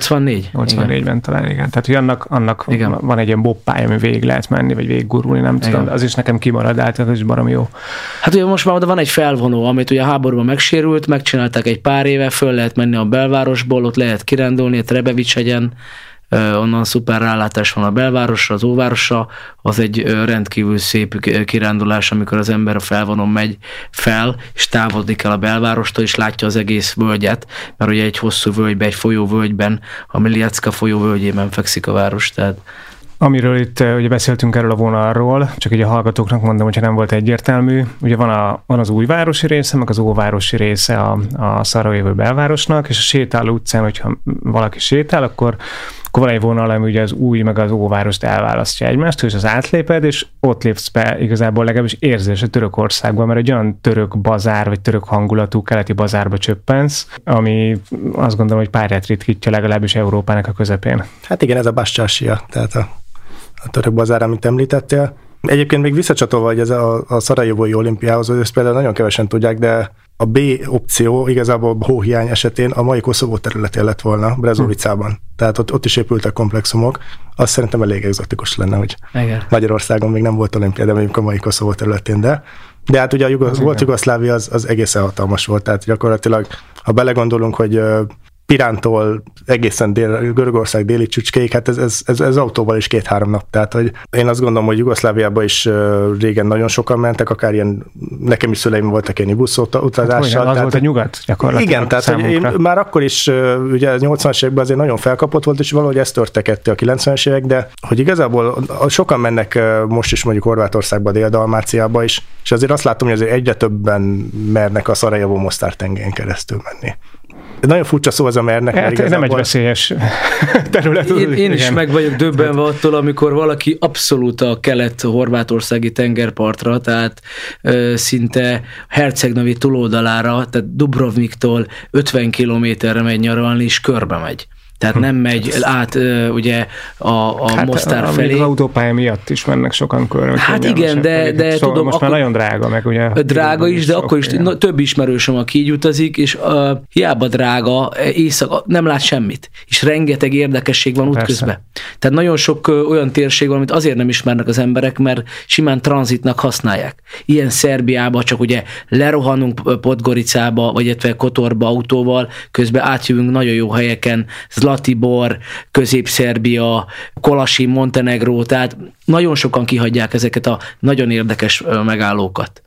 84-ben talán, igen. Tehát, hogy annak van egy ilyen bobpálya, ami végig lehet menni, vagy végig gurulni, nem tudom. Az is nekem kimarad át, ez is baromi jó. Hát ugye most már oda van egy felvonó, amit ugye a háborúban megsérült, megcsinálták egy pár éve, föl lehet menni a belvárosból, ott lehet kirándulni a Trebevics hegyen, onnan szuper rálátás van a belvárosra, az óvárosra, az egy rendkívül szép kirándulás, amikor az ember a felvonon megy fel, és távolodik el a belvárostól, és látja az egész völgyet, mert ugye egy hosszú völgyben, egy folyóvölgyben, a Miljacka folyó völgyében fekszik a város, tehát amiről itt ugye beszéltünk erről a vonalról, csak így a hallgatóknak mondom, hogyha nem volt egyértelmű. Ugye van az újvárosi része, meg az óvárosi része a Szarajevó belvárosnak, és a sétáló utcán, hogyha valaki sétál, akkor van egy vonal, ami ugye az új, meg az óvárost elválasztja egymást, és az átléped, és ott lépsz be igazából legalábbis érzés a Törökországban, mert egy olyan török bazár, vagy török hangulatú keleti bazárba csöppensz, ami azt gondolom, hogy párját ritkítja legalábbis Európának a közepén. Hát igen, ez a Bascsásia, tehát a török bazár, amit említettél. Egyébként még visszacsatolva, hogy ez a Szarajevói olimpiához, ezt például nagyon kevesen tudják, de a B opció igazából hóhiány esetén a mai Koszovó területén lett volna, Brezovicában. Tehát ott is épültek komplexumok. Azt szerintem elég egzotikus lenne, hogy Magyarországon még nem volt olimpia, de mondjuk a mai Koszovó területén, de hát ugye a volt Jugoszlávia az egészen hatalmas volt, tehát gyakorlatilag, ha belegondolunk, hogy Pirántól egészen Görögország déli csücskéig, hát ez autóval is 2-3 nap. Tehát, hogy én azt gondolom, hogy Jugoszláviába is régen nagyon sokan mentek, akár ilyen, nekem is szüleim voltak ilyen buszutazással. Hát, az volt a nyugat gyakorlatilag. Igen, tehát hogy én már akkor is, ugye 80-as években azért nagyon felkapott volt, és valahogy ez törte ketté a 90-es évek, de hogy igazából sokan mennek most is mondjuk Horvátországba, Dél-Dalmáciába is, és azért azt látom, hogy azért egyre többen mernek a Szarajevó-Mostár tengelyén keresztül menni. Nagyon furcsa szó az a mernek. Hát igazából... nem egy veszélyes terület. Én is meg vagyok döbbenve attól, amikor valaki abszolút a kelet-horvátországi tengerpartra, tehát szinte Herceg-Novi túloldalára, tehát Dubrovniktól 50 kilométerre megy nyaralni, és körbe megy. Tehát nem megy át ugye a Mostár felé. Az autópálya miatt is mennek sokan körbe. Hát igen, de szóval tudom... Most már nagyon drága, meg ugye... Drága is, de akkor is több ismerősöm, aki így utazik, és hiába drága, éjszaka nem lát semmit. És rengeteg érdekesség van útközben. Tehát nagyon sok olyan térség van, amit azért nem ismernek az emberek, mert simán tranzitnak használják. Ilyen Szerbiába csak ugye lerohanunk Podgoricába, vagy illetve Kotorba autóval, közben átjövünk nagyon jó helyeken, Zlatibor, Közép-Szerbia, Kolasi, Montenegró, tehát nagyon sokan kihagyják ezeket a nagyon érdekes megállókat.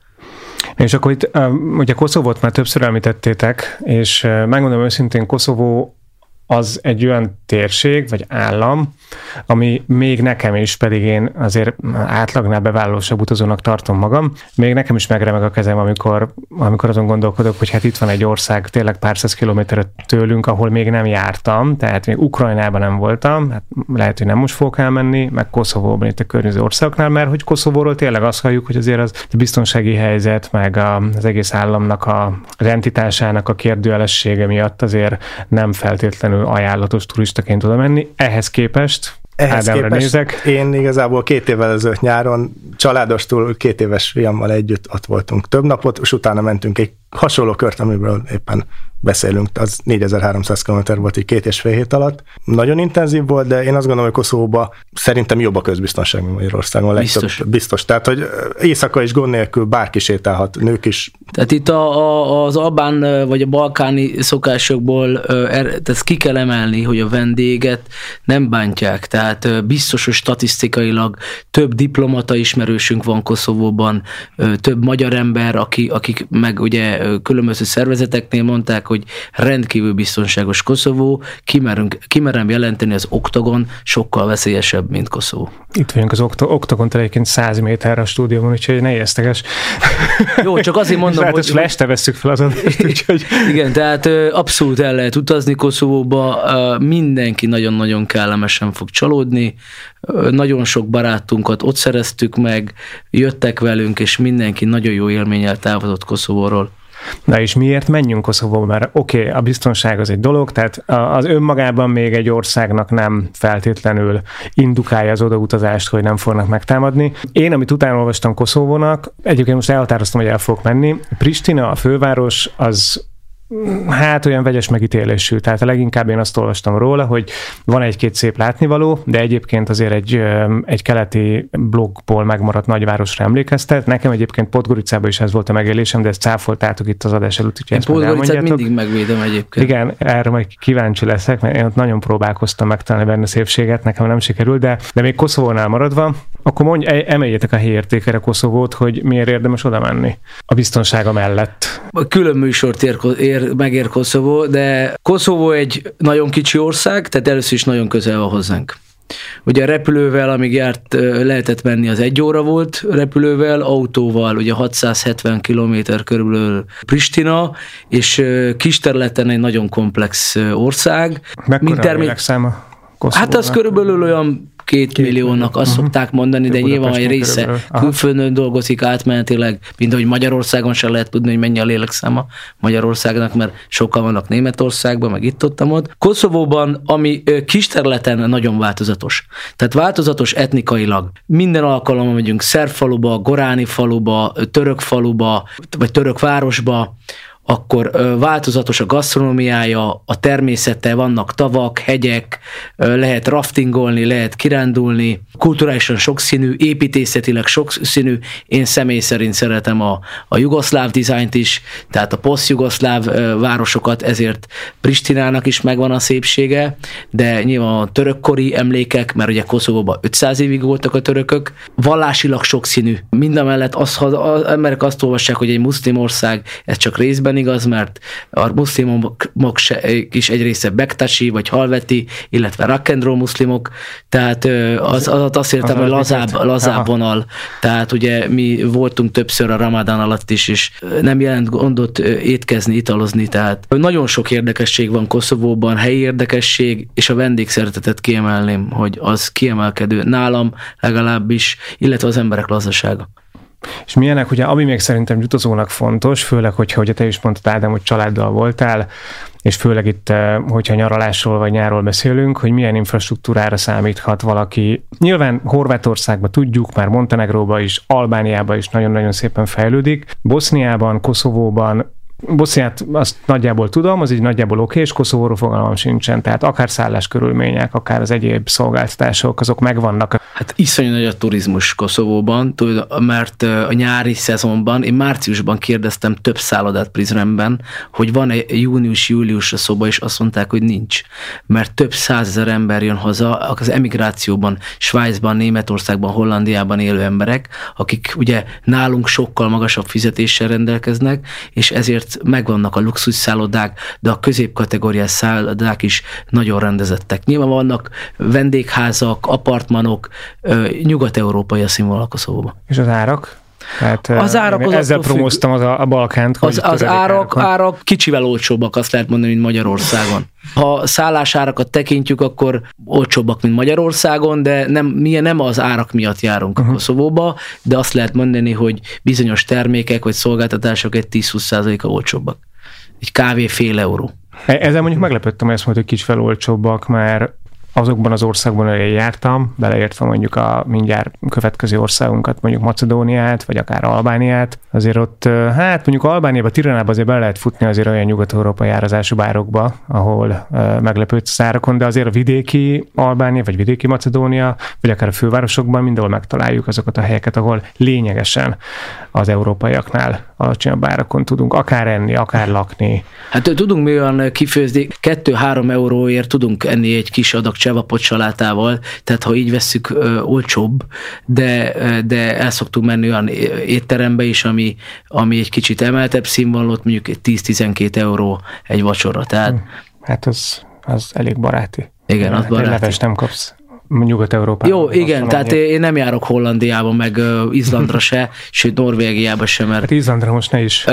És akkor itt ugye Koszovót már többször említettétek, és megmondom őszintén, Koszovó az egy olyan térség, vagy állam, ami még nekem is, pedig én azért átlagnál bevállalósabb utazónak tartom magam, még nekem is megremeg a kezem, amikor azon gondolkodok, hogy hát itt van egy ország tényleg pár száz kilométerre tőlünk, ahol még nem jártam, tehát még Ukrajnában nem voltam, hát lehet, hogy nem most fogok elmenni, meg Koszovóban, itt a környező országoknál, mert hogy Koszovóról tényleg azt halljuk, hogy azért az a biztonsági helyzet, meg az egész államnak az entitásának a kérdőjelessége miatt azért nem feltétlenül ajánlatos turistaként oda menni. Ehhez képest nézek. Én igazából 2 évvel ezelőtt nyáron családostul 2 éves fiammal együtt ott voltunk több napot, és utána mentünk egy hasonló kört, amiből éppen beszélünk, az 4300 km volt így 2,5 hét alatt. Nagyon intenzív volt, de én azt gondolom, hogy Koszovóban szerintem jobb a közbiztonság, mint Magyarországon. Biztos. Tehát, hogy éjszaka is gond nélkül bárki sétálhat, nők is. Tehát itt az albán vagy a balkáni szokásokból ezt ki kell emelni, hogy a vendéget nem bántják. Tehát biztos, hogy statisztikailag több diplomata ismerősünk van Koszovóban, több magyar ember, akik meg ugye különböző szervezeteknél mondták, hogy rendkívül biztonságos Koszovó, kimerem jelenteni, az Oktogon sokkal veszélyesebb, mint Koszovó. Itt vagyunk az Oktogon egyébként 100 méterre a stúdióban, úgyhogy ne ijeszteges. Jó, csak azért mondom, hogy este vesszük fel az adást, úgyhogy... Igen, tehát abszolút el lehet utazni Koszovóba, mindenki nagyon-nagyon kellemesen fog csalódni, nagyon sok barátunkat ott szereztük meg, jöttek velünk, és mindenki nagyon jó élménnyel távozott Koszovóról. Na és miért menjünk Koszovóba? Mert oké, a biztonság az egy dolog, tehát az önmagában még egy országnak nem feltétlenül indukálja az odautazást, hogy nem fognak megtámadni. Én, amit utána olvastam Koszovónak, egyébként most elhatároztam, hogy el fogok menni. Pristina, a főváros, az hát olyan vegyes megítélésű. Tehát leginkább én azt olvastam róla, hogy van egy-két szép látnivaló, de egyébként azért egy keleti blokkból megmaradt nagyvárosra emlékeztet. Nekem egyébként Podgoricában is ez volt a megélésem, de ezt cáfoltátok itt az adás előtt, úgyhogy ezt majd elmondjátok. Mindig megvédem egyébként. Igen, erre majd kíváncsi leszek, mert én ott nagyon próbálkoztam megtalálni benne szépséget, nekem nem sikerült, de még Koszovónál maradva, akkor emeljétek a helyértékére Koszovót, hogy miért érdemes oda menni a biztonsága mellett. Külön műsort megér Koszovó, de Koszovó egy nagyon kicsi ország, tehát először is nagyon közel van hozzánk. Ugye a repülővel, amíg járt, lehetett menni, az 1 óra volt repülővel, autóval ugye 670 kilométer körülbelül Pristina, és kis területen egy nagyon komplex ország. Mekkora a lélekszáma Koszovónak? Hát az körülbelül olyan 2 milliónak azt szokták mondani, de nyilván egy része külföldön dolgozik átmenetileg, mint ahogy Magyarországon sem lehet tudni, hogy mennyi a lélekszáma Magyarországnak, mert sokan vannak Németországban, meg itt-ott. Koszovóban, ami kis területen nagyon változatos. Tehát változatos etnikailag. Minden alkalommal megyünk szerb faluba, goráni faluba, török faluba, vagy török városba, akkor változatos a gasztronómiája, a természete, vannak tavak, hegyek, lehet raftingolni, lehet kirándulni, kulturálisan sokszínű, építészetileg sokszínű. Én személy szerint szeretem a jugoszláv dizájnt is, tehát a posztjugoszláv városokat, ezért Pristinának is megvan a szépsége, de nyilván a törökkori emlékek, mert ugye Koszovóban 500 évig voltak a törökök, vallásilag sokszínű. Mindamellett az emberek azt olvassák, hogy egy muszlim ország, ez csak részben igaz, mert a muszlimok is egy része bektasi, vagy halveti, illetve rock and roll muszlimok, tehát azt értem, hogy lazább vonal. Tehát ugye mi voltunk többször a Ramadán alatt is, és nem jelent gondot étkezni, italozni, tehát nagyon sok érdekesség van Koszovóban, helyi érdekesség, és a vendégszeretetet kiemelném, hogy az kiemelkedő nálam legalábbis, illetve az emberek lazasága. És milyenek, ugye, ami még szerintem utazónak fontos, főleg, hogyha ugye te is mondtad, Ádám, hogy családdal voltál, és főleg itt, hogyha nyaralásról vagy nyárról beszélünk, hogy milyen infrastruktúrára számíthat valaki. Nyilván Horvátországban tudjuk, már Montenegróban is, Albániában is nagyon-nagyon szépen fejlődik. Boszniában, Koszovóban, Boszniát azt nagyjából tudom, az így nagyjából oké, és Koszovóról fogalmam sincsen, tehát akár szálláskörülmények, akár az egyéb szolgáltatások, azok megvannak. Hát iszonyú nagy a turizmus Koszovóban, mert a nyári szezonban, én márciusban kérdeztem több szállodát Prizrenben, hogy van-e június-júliusra szoba, és azt mondták, hogy nincs, mert több 100 000 ember jön haza, az emigrációban, Svájcban, Németországban, Hollandiában élő emberek, akik ugye nálunk sokkal magasabb fizetéssel rendelkeznek, és ezért azért megvannak a luxus szállodák, de a középkategóriás szállodák is nagyon rendezettek. Nyilván vannak vendégházak, apartmanok, nyugat-európai a színvonal a Koszovóban. És az árak? Tehát az árak ezzel promóztam a Balkánt. Az árak kicsivel olcsóbbak, azt lehet mondani, mint Magyarországon. Ha szállásárakat tekintjük, akkor olcsóbbak, mint Magyarországon, de nem az árak miatt járunk a Koszovóba, de azt lehet mondani, hogy bizonyos termékek vagy szolgáltatások egy 10-20%-a olcsóbbak. Egy kávé fél euró. Ezzel mondjuk meglepődtem, hogy ezt mondta, hogy kicsivel olcsóbbak, mert azokban az országban, ahol jártam, beleértve mondjuk a mindjárt következő országunkat, mondjuk Macedóniát, vagy akár Albániát, azért ott, hát mondjuk Albániában, Tiranában azért be lehet futni azért olyan nyugat-európai árazású bárokba, ahol meglepődsz az árakon, de azért a vidéki Albánia, vagy vidéki Macedónia, vagy akár a fővárosokban mindenhol megtaláljuk azokat a helyeket, ahol lényegesen az európaiaknál alacsonyabb árakon tudunk akár enni, akár lakni. Hát tudunk mi olyan kifőzni, 2-3 euróért tudunk enni egy kis adag csevapot salátával, tehát ha így vesszük, olcsóbb, de el szoktunk menni olyan étterembe is, ami egy kicsit emeltebb színvonalot, mondjuk 10-12 euró egy vacsora. Tehát... Hát az elég baráti. Igen, az baráti. Leves nem kapsz Nyugat-Európában. Jó, igen, tehát én nem járok Hollandiába, meg Izlandra se, sőt Norvégiába sem, mert... Hát Izlandra most ne is.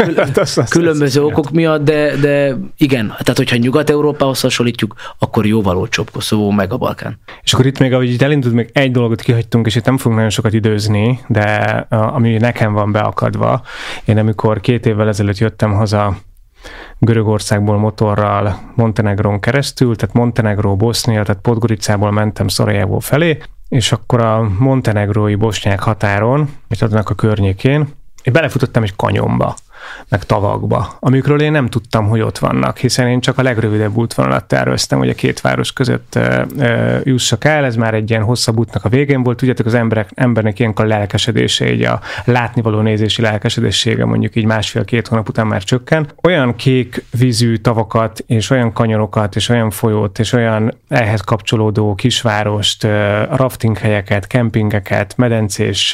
Különböző okok miatt, de igen, tehát hogyha Nyugat-Európához hasonlítjuk, akkor jóval olcsóbb Koszovó, meg a Balkán. És akkor itt még, ahogy itt elindult, még egy dolgot kihagytunk, és itt nem fogunk nagyon sokat időzni, de ami nekem van beakadva, én amikor 2 évvel ezelőtt jöttem haza Görögországból motorral Montenegron keresztül, tehát Montenegró, Bosznia, tehát Podgoricából mentem Szarajevó felé, és akkor a montenegrói bosnyák határon, vagy annak a környékén, én belefutottam egy kanyonba, meg tavakba, amikről én nem tudtam, hogy ott vannak, hiszen én csak a legrövidebb útvonalat terveztem, hogy a 2 város között jussak el, ez már egy ilyen hosszabb útnak a végén volt, tudjátok, az embernek ilyenkor a lelkesedése, így a látnivaló nézési lelkesedésége mondjuk így 1,5-2 hónap után már csökken. Olyan kék vízű tavakat, és olyan kanyonokat, és olyan folyót, és olyan ehhez kapcsolódó kisvárost, raftinghelyeket, kempingeket, medencés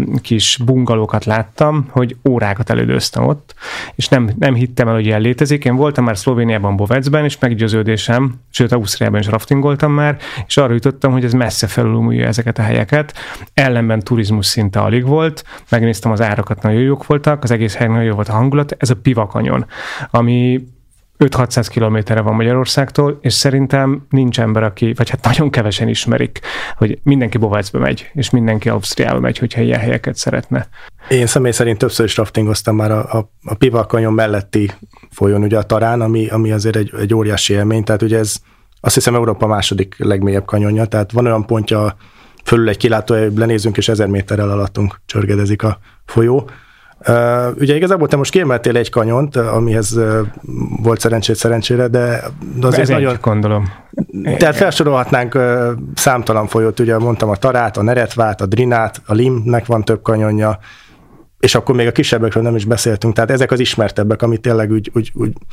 kis bungalókat láttam, hogy órákat elődöztem ott, és nem hittem el, hogy ilyen létezik. Én voltam már Szlovéniában, Bovecben, és meggyőződésem, sőt Ausztriában is raftingoltam már, és arra jutottam, hogy ez messze felülmúlja ezeket a helyeket. Ellenben turizmus szinte alig volt, megnéztem az árakat, nagyon jók voltak, az egész helyen nagyon jó volt a hangulat, ez a Piva kanyon, ami 5-600 kilométerre van Magyarországtól, és szerintem nincs ember, aki, vagy hát nagyon kevesen ismerik, hogy mindenki Bovecbe megy, és mindenki Ausztriába megy, hogyha ilyen helyeket szeretne. Én személy szerint többször is raftingoztam már a Piva kanyon melletti folyón, ugye a Tarán, ami azért egy óriási élmény, tehát ugye ez azt hiszem Európa második legmélyebb kanyonja, tehát van olyan pontja fölül egy kilátóhely, lenézünk, és 1000 méterrel alattunk csörgedezik a folyó. Ugye igazából te most kiemeltél egy kanyont, amihez volt szerencsére, de azért ez nagyon... gondolom. Tehát felsorolhatnánk számtalan folyót, ugye mondtam a Tarát, a Neretvát, a Drinát, a Limnek van több kanyonja, és akkor még a kisebbekről nem is beszéltünk, tehát ezek az ismertebbek, amit tényleg úgy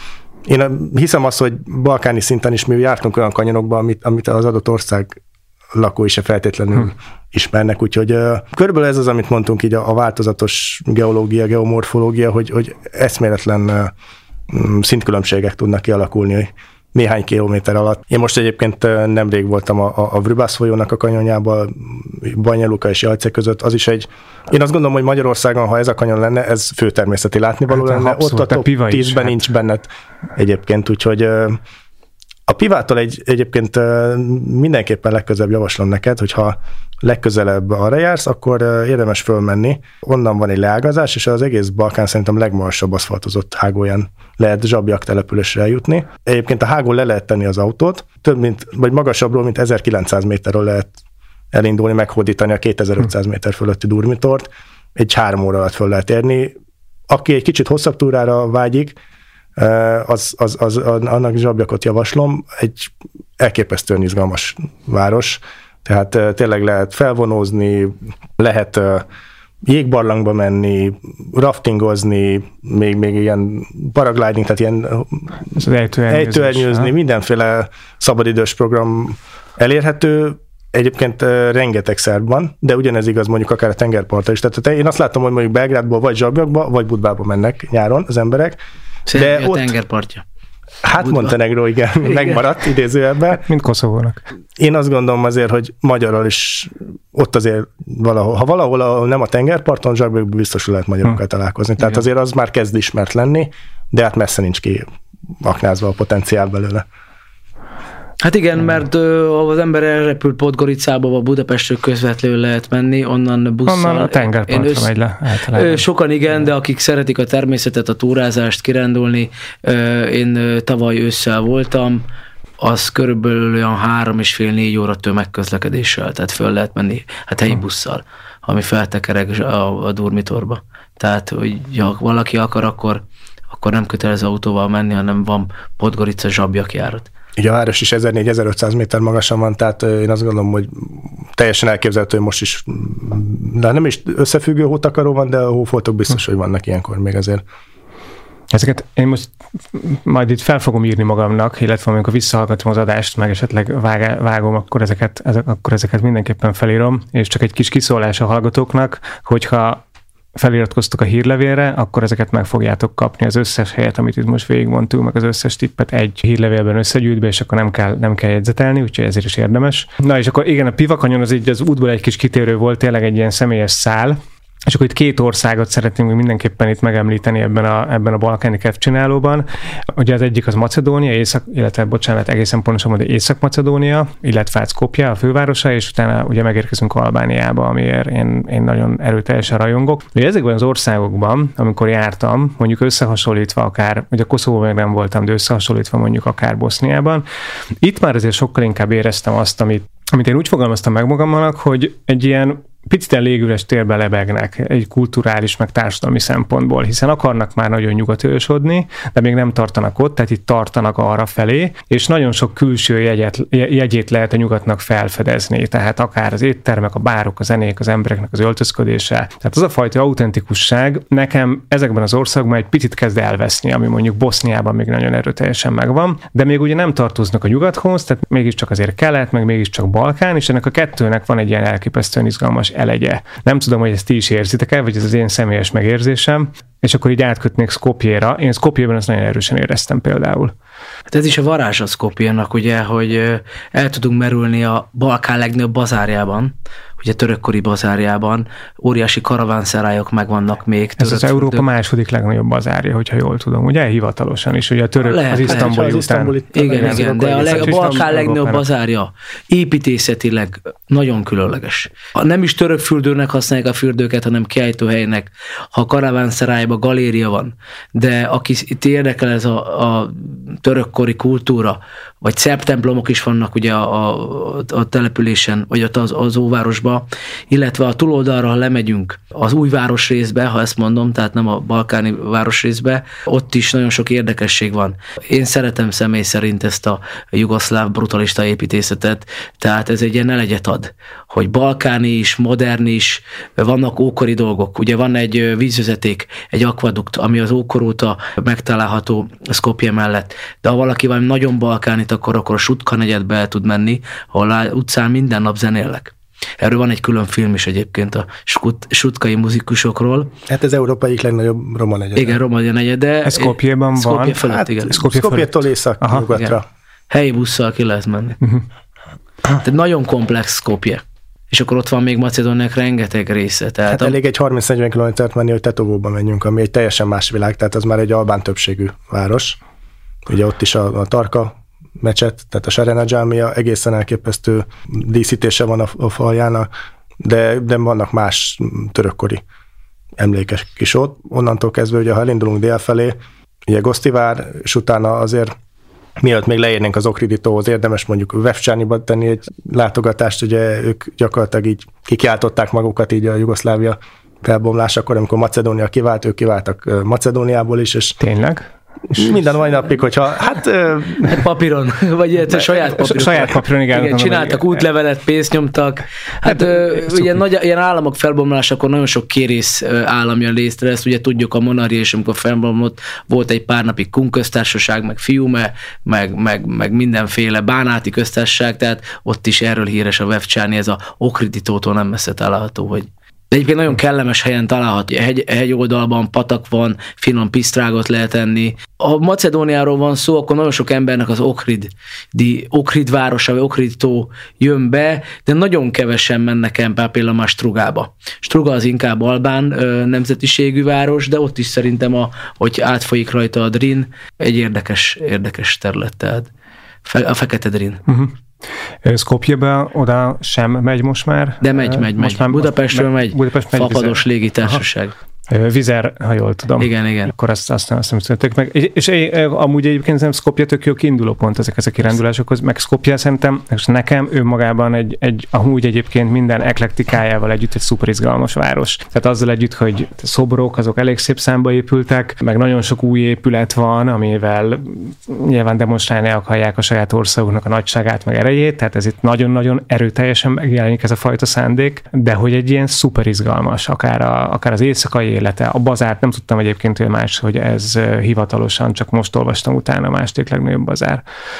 én hiszem azt, hogy balkáni szinten is mi jártunk olyan kanyonokba, amit az adott ország lakói se feltétlenül ismernek, úgyhogy körülbelül ez az, amit mondtunk így a változatos geológia, geomorfológia, hogy eszméletlen szintkülönbségek tudnak kialakulni néhány kilométer alatt. Én most egyébként nemrég voltam a Vrbász folyónak a kanyonjában, Banja Luka és Jajce között, az is én azt gondolom, hogy Magyarországon, ha ez a kanyon lenne, ez főtermészeti látnivaló lenne, abszolút, ott a top 10-ben nincs benned egyébként, úgyhogy a Pivától egyébként mindenképpen legközelebb javaslom neked, hogyha legközelebb arra jársz, akkor érdemes fölmenni. Onnan van egy leágazás, és az egész Balkán szerintem legmagasabb aszfaltozott hágóján lehet Zsabjak településre eljutni. Egyébként a hágón le lehet tenni az autót, vagy magasabbról, mint 1900 méterről lehet elindulni, meghódítani a 2500 méter fölötti Durmitort. Egy 3 óra alatt föl lehet érni. Aki egy kicsit hosszabb túrára vágyik, annak Zsabjakot javaslom, egy elképesztően izgalmas város, tehát tényleg lehet felvonózni, lehet jégbarlangba menni, raftingozni, még ilyen paragliding, tehát ilyen ejtőernyőzni, mindenféle szabadidős program elérhető. Egyébként rengeteg szerb van, de ugyanez igaz mondjuk akár a tengerpartra is. Tehát én azt látom, hogy mondjuk Belgrádból vagy Zsabjakba, vagy Budvába mennek nyáron az emberek. Szerbia de ott tengerpartja. Hát Budva. Montenegro, igen, megmaradt idézőjelben. Mint Koszovónak. Én azt gondolom azért, hogy magyarral is ott azért valahol, ha valahol nem a tengerparton, Zsabjakban biztos lehet magyarokkal találkozni. Tehát azért az már kezd ismert lenni, de hát messze nincs ki aknázva a potenciál belőle. Hát igen, mert az ember elrepül Podgoricába, vagy Budapestről közvetlenül lehet menni, onnan busszal. Onnan a tengerpartra megy le általában. Sokan igen, de akik szeretik a természetet, a túrázást, kirándulni, én tavaly ősszel voltam, az körülbelül olyan 3,5-4 óra tömegközlekedéssel, tehát föl lehet menni, hát helyi busszal, ami feltekereg a Durmitorba. Tehát, hogy ha valaki akar, akkor nem kötelező autóval menni, hanem van Podgorica-Zsabjak járat. Ugye a város is 1400-1500 méter magasan van, tehát én azt gondolom, hogy teljesen elképzelhető, hogy most is, de nem is összefüggő hótakaró van, de a hófoltok biztos, hogy vannak ilyenkor még azért. Ezeket én most majd itt fel fogom írni magamnak, illetve amikor visszahallgatom az adást, meg esetleg vágom, akkor ezeket mindenképpen felírom, és csak egy kis kiszólás a hallgatóknak, hogyha feliratkoztok a hírlevélre, akkor ezeket meg fogjátok kapni, az összes helyet, amit itt most végigmondtunk, meg az összes tippet egy hírlevélben összegyűjtve, és akkor nem kell jegyzetelni, úgyhogy ezért is érdemes. Na és akkor igen, a Pivakanyon az így az útból egy kis kitérő volt, tényleg egy ilyen személyes szál, és akkor itt 2 országot szeretnénk mindenképpen itt megemlíteni ebben a balkáni kedvcsinálóban. Ugye az egyik az Macedónia, egészen pontosan mondani Észak-Macedónia, illetve Skopje a fővárosa, és utána ugye megérkezünk Albániába, amiért én nagyon erőteljesen rajongok. Ugye ezekben az országokban, amikor jártam, mondjuk összehasonlítva akár, ugye Koszovóban még nem voltam, de összehasonlítva mondjuk akár Boszniában, itt már azért sokkal inkább éreztem azt, amit én úgy fogalmaztam meg magamnak, hogy egy ilyen picit légüres térbe lebegnek egy kulturális, meg társadalmi szempontból, hiszen akarnak már nagyon nyugatősödni, de még nem tartanak ott, tehát itt tartanak arra felé, és nagyon sok külső jegyét lehet a nyugatnak felfedezni, tehát akár az éttermek, a bárok, a zenék, az embereknek az öltözködése. Tehát az a fajta autentikusság nekem ezekben az országban egy picit kezd elveszni, ami mondjuk Boszniában még nagyon erőteljesen megvan, de még ugye nem tartoznak a nyugathoz, tehát mégiscsak azért kelet, meg mégiscsak Balkán, és ennek a kettőnek van egy ilyen elképesztően izgalmas elegye. Nem tudom, hogy ezt ti is érzitek-e, vagy ez az én személyes megérzésem, és akkor így átkötnék Skopjéra. Én Skopjében ezt nagyon erősen éreztem például. Hát ez is a varázs a Skopjénak, ugye, hogy el tudunk merülni a Balkán legnagyobb bazárjában, ugye törökkori bazárjában, óriási karavánszerályok megvannak még. Ez az Európa második legnagyobb bazárja, hogyha jól tudom, ugye hivatalosan is, ugye a török az isztambuli után. Igen, de a Balkán legnagyobb bazárja építészetileg nagyon különleges. Nem is török fürdőnek használják a fürdőket, hanem kiállítóhelynek, ha karavánszerályban galéria van, de aki itt érdekel ez a törökkori kultúra, vagy szerb templomok is vannak ugye a településen, vagy az óvárosba, illetve a túloldalra, ha lemegyünk az új városrészbe, ha ezt mondom, tehát nem a balkáni városrészbe, ott is nagyon sok érdekesség van. Én szeretem személy szerint ezt a jugoszláv brutalista építészetet, tehát ez egy ilyen elegyet ad, hogy balkáni is, modern is, vannak ókori dolgok. Ugye van egy vízvezeték, egy akvadukt, ami az ókor óta megtalálható Skopje mellett, de ha valaki valami nagyon balkánit akkor a Sutka negyedbe el tud menni, ahol utcán minden nap zenélnek. Erről van egy külön film is egyébként a sutkai muzikusokról. Hát ez Európa egyik legnagyobb roma negyed. Igen, roma negyed, de... Ez Skopjében van? Skopje fölött, igen. Skopjétól észak-nyugatra. Helyi busszal ki lehet menni. Tehát nagyon komplex Skopje. És akkor ott van még Macedóniának rengeteg része. Tehát hát elég egy 30-40 kilométert menni, hogy Tetovóba menjünk, ami egy teljesen más világ, tehát az már egy albán többségű város. Ugye ott is a Tarka mecset, tehát a Serena Dzsámia egészen elképesztő díszítése van a faljának, de vannak más törökkori emlékek is ott. Onnantól kezdve, ugye, ha elindulunk délfelé, ugye Gosztivár, és utána azért mielőtt még leérnénk az Ohriditóhoz, érdemes mondjuk Vevcsániba tenni egy látogatást, ugye ők gyakorlatilag így kikiáltották magukat így a Jugoszlávia felbomlásakor, amikor Macedónia kivált, ők kiváltak Macedóniából is. És tényleg? Minden mai napig, hogyha papíron, vagy saját papíron. Saját papíron, igen. Csináltak útlevelet, pénzt nyomtak. Ugye ilyen államok felbomlásakor nagyon sok kérész állam jön létre, ezt ugye tudjuk, a monarchia, és amikor felbomlott, volt egy pár napig Kun köztársaság, meg Fiume, meg mindenféle bánáti köztársaság, tehát ott is erről híres a Vevcsáni, ez a Ohridi tótól nem messze található, hogy de egyébként nagyon kellemes helyen található. Hegy oldalban patak van, finom pisztrágot lehet enni. Ha Macedóniáról van szó, akkor nagyon sok embernek az Ohrid városa, vagy Ohrid tó jön be, de nagyon kevesen mennek el például már Strugába. Struga az inkább albán nemzetiségű város, de ott is szerintem, hogy átfolyik rajta a Drin, egy érdekes terület, tehát a Fekete Drin. Uh-huh. Skopjebe oda sem megy most már? De megy. Budapestről megy. Fapados légitársaság. Vizer, ha jól tudom. Igen. Akkor azt nem születtek meg. És amúgy egyébként nem Skopje tök jó kiinduló pont ezek a kirándulásokhoz, meg Skopje szerintem, és nekem önmagában amúgy egyébként minden eklektikájával együtt egy szuper izgalmas város. Tehát azzal együtt, hogy szobrok, azok elég szép számba épültek, meg nagyon sok új épület van, amivel nyilván demonstrálni akarják a saját országuknak a nagyságát, meg erejét, tehát ez itt nagyon-nagyon erőteljesen megjelenik ez a fajta szándék, de hogy egy ilyen szuper izgalmas, akár az éjszakai élete. A bazárt nem tudtam egyébként, hogy ez hivatalosan, csak most olvastam utána, a második legnagyobb bazár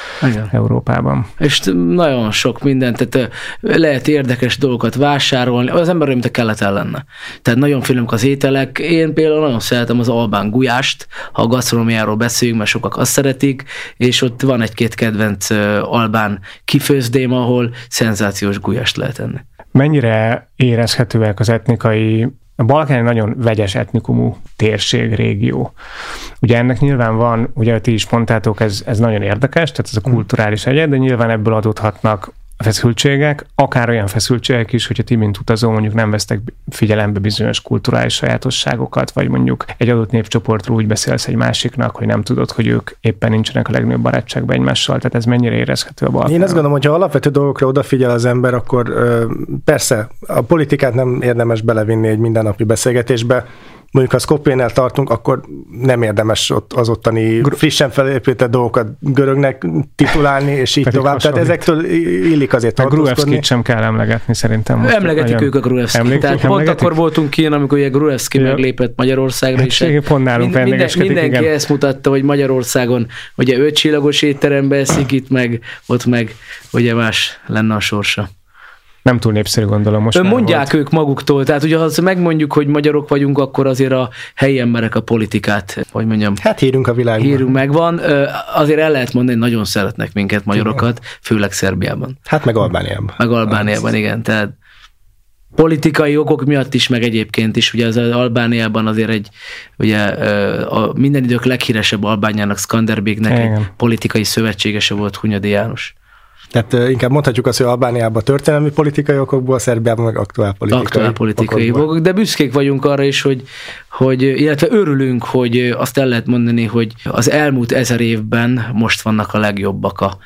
Európában. És nagyon sok mindent, tehát lehet érdekes dolgokat vásárolni, az ember mint a keleten lenne. Tehát nagyon finomok az ételek. Én például nagyon szeretem az albán gulyást, ha a gasztronómiáról beszélünk, mert sokak azt szeretik, és ott van egy-két kedvenc albán kifőzdém, ahol szenzációs gulyást lehet enni. Mennyire érezhetőek az etnikai A Balkán egy nagyon vegyes etnikumú térség, régió. Ugye ennek nyilván van, ugye ti is mondtátok, ez nagyon érdekes, tehát ez a kulturális egyed, de nyilván ebből adódhatnak feszültségek, akár olyan feszültségek is, hogyha ti, mint utazó, mondjuk nem vesztek figyelembe bizonyos kulturális sajátosságokat, vagy mondjuk egy adott népcsoportról úgy beszélsz egy másiknak, hogy nem tudod, hogy ők éppen nincsenek a legnagyobb barátságban egymással, tehát ez mennyire érezhető a Balkánon? Én azt gondolom, hogy ha alapvető dolgokra odafigyel az ember, akkor persze a politikát nem érdemes belevinni egy mindennapi beszélgetésbe. Mondjuk ha Skopjénél tartunk, akkor nem érdemes az ottani frissen felépített dolgokat görögnek titulálni, és így tovább. Tehát ezektől illik azért tartózkodni. A Gruevszkit sem kell emlegetni szerintem. Emlegetik ők a Gruevszkit. Tehát pont akkor voltunk Kín, amikor ugye Gruevszki meglépett Magyarországra is. Pont nálunk mindenki ezt mutatta, hogy Magyarországon ugye 5 csillagos étteremben eszik, itt ott meg ugye más lenne a sorsa. Nem túl népszerű, gondolom most. Mondják ők maguktól, tehát ugye ha megmondjuk, hogy magyarok vagyunk, akkor azért a helyi emberek a politikát, hogy mondjam. Hát hírünk a világban. Hírünk megvan. Azért el lehet mondani, hogy nagyon szeretnek minket magyarokat, főleg Szerbiában. Hát meg Albániában. Meg Albániában, igen. Tehát politikai okok miatt is, meg egyébként is. Ugye az Albániában azért ugye a minden idők leghíresebb Albániának, Skanderbégnek egy politikai szövetségese volt Hunyadi János. Tehát inkább mondhatjuk azt, hogy Albániában történelmi politikai okokból, Szerbiában meg aktuál politikai okokból. De büszkék vagyunk arra is, hogy illetve örülünk, hogy azt el lehet mondani, hogy az elmúlt 1000 évben most vannak a legjobbak, a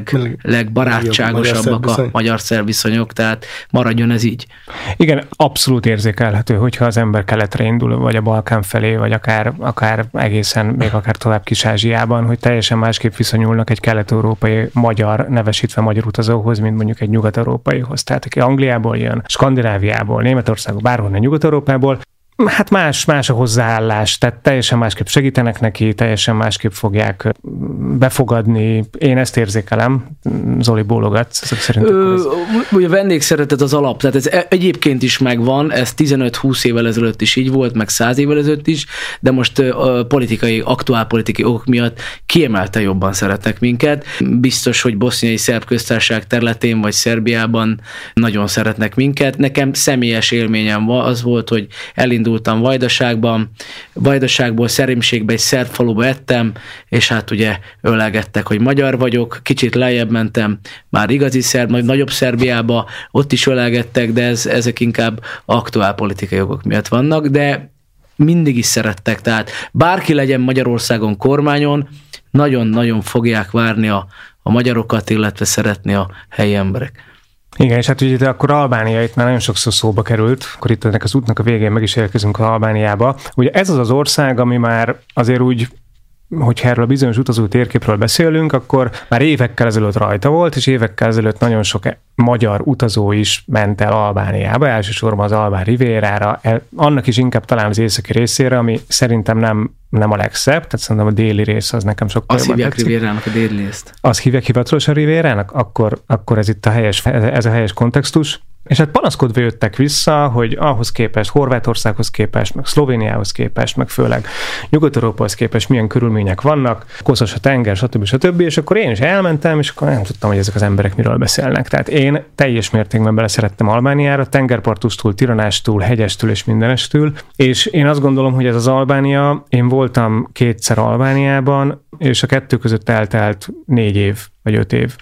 legbarátságosabbak a magyar-szerb viszonyok, tehát maradjon ez így. Igen, abszolút érzékelhető, hogyha az ember keletre indul, vagy a Balkán felé, vagy akár egészen, még akár tovább Kis-Ázsiában, hogy teljesen másképp viszonyulnak egy kelet-európai magyar, nevesítve magyar utazóhoz, mint mondjuk egy nyugat-európaihoz. Tehát aki Angliából jön, Skandináviából, Németországból, bárhonnan Nyugat-Európából, hát más a hozzáállás, tehát teljesen másképp segítenek neki, teljesen másképp fogják befogadni. Én ezt érzékelem. Zoli, bólogatsz, ezek szerint. Ugye a vendégszeretet az alap, tehát ez egyébként is megvan, ez 15-20 évvel ezelőtt is így volt, meg 100 évvel ezelőtt is, de most a aktuál politikai okok miatt kiemelte jobban szeretnek minket. Biztos, hogy boszniai szerb köztársaság területén, vagy Szerbiában nagyon szeretnek minket. Nekem személyes élményem az volt, hogy elindultam Vajdaságból Szerémségbe, egy szerb faluba ettem, és hát ugye ölelgettek, hogy magyar vagyok, kicsit lejjebb mentem, már igazi szerb, nagyobb Szerbiába, ott is ölelgettek, de ezek inkább aktuál politikai jogok miatt vannak, de mindig is szerettek, tehát bárki legyen Magyarországon kormányon, nagyon-nagyon fogják várni a magyarokat, illetve szeretni a helyi emberek. Igen, és hát ugye akkor Albánia itt már nagyon sokszor szóba került, akkor itt ennek az útnak a végén meg is érkezünk Albániába. Ugye ez az ország, ami már azért úgy hogyha erről a bizonyos utazó térképről beszélünk, akkor már évekkel ezelőtt rajta volt, és évekkel ezelőtt nagyon sok magyar utazó is ment el Albániába, elsősorban az Albán Rivierára, annak is inkább talán az északi részére, ami szerintem nem a legszebb, tehát szerintem a déli rész az nekem sokkal jobban tetszik. Azt hívják Rivierának a déli részt. Azt hívják hivatalosan Rivierának? Akkor ez itt ez a helyes kontextus. És hát panaszkodva jöttek vissza, hogy ahhoz képest, Horvátországhoz képest, meg Szlovéniához képest, meg főleg Nyugat-Európához képest milyen körülmények vannak, koszos a tenger, stb. És akkor én is elmentem, és akkor nem tudtam, hogy ezek az emberek miről beszélnek. Tehát én teljes mértékben beleszerettem Albániára, tengerpartustól, Tiranástól, hegyestől és mindenestől, és én azt gondolom, hogy ez az Albánia, én voltam 2-szer Albániában, és a 2 között eltelt 4 év, vagy 5 év,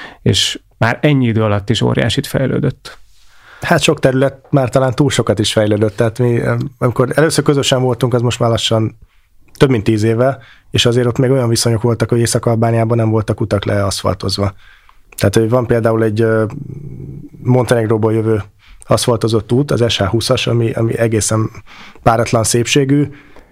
és már ennyi idő alatt is óriásit fejlődött. Hát sok terület már talán túl sokat is fejlődött, tehát mi, amikor először közösen voltunk, az most már lassan több mint 10 éve, és azért ott még olyan viszonyok voltak, hogy Észak-Albániában nem voltak utak leaszfaltozva. Tehát van például egy Montenegróból jövő aszfaltozott út, az SH20-as, ami egészen páratlan szépségű.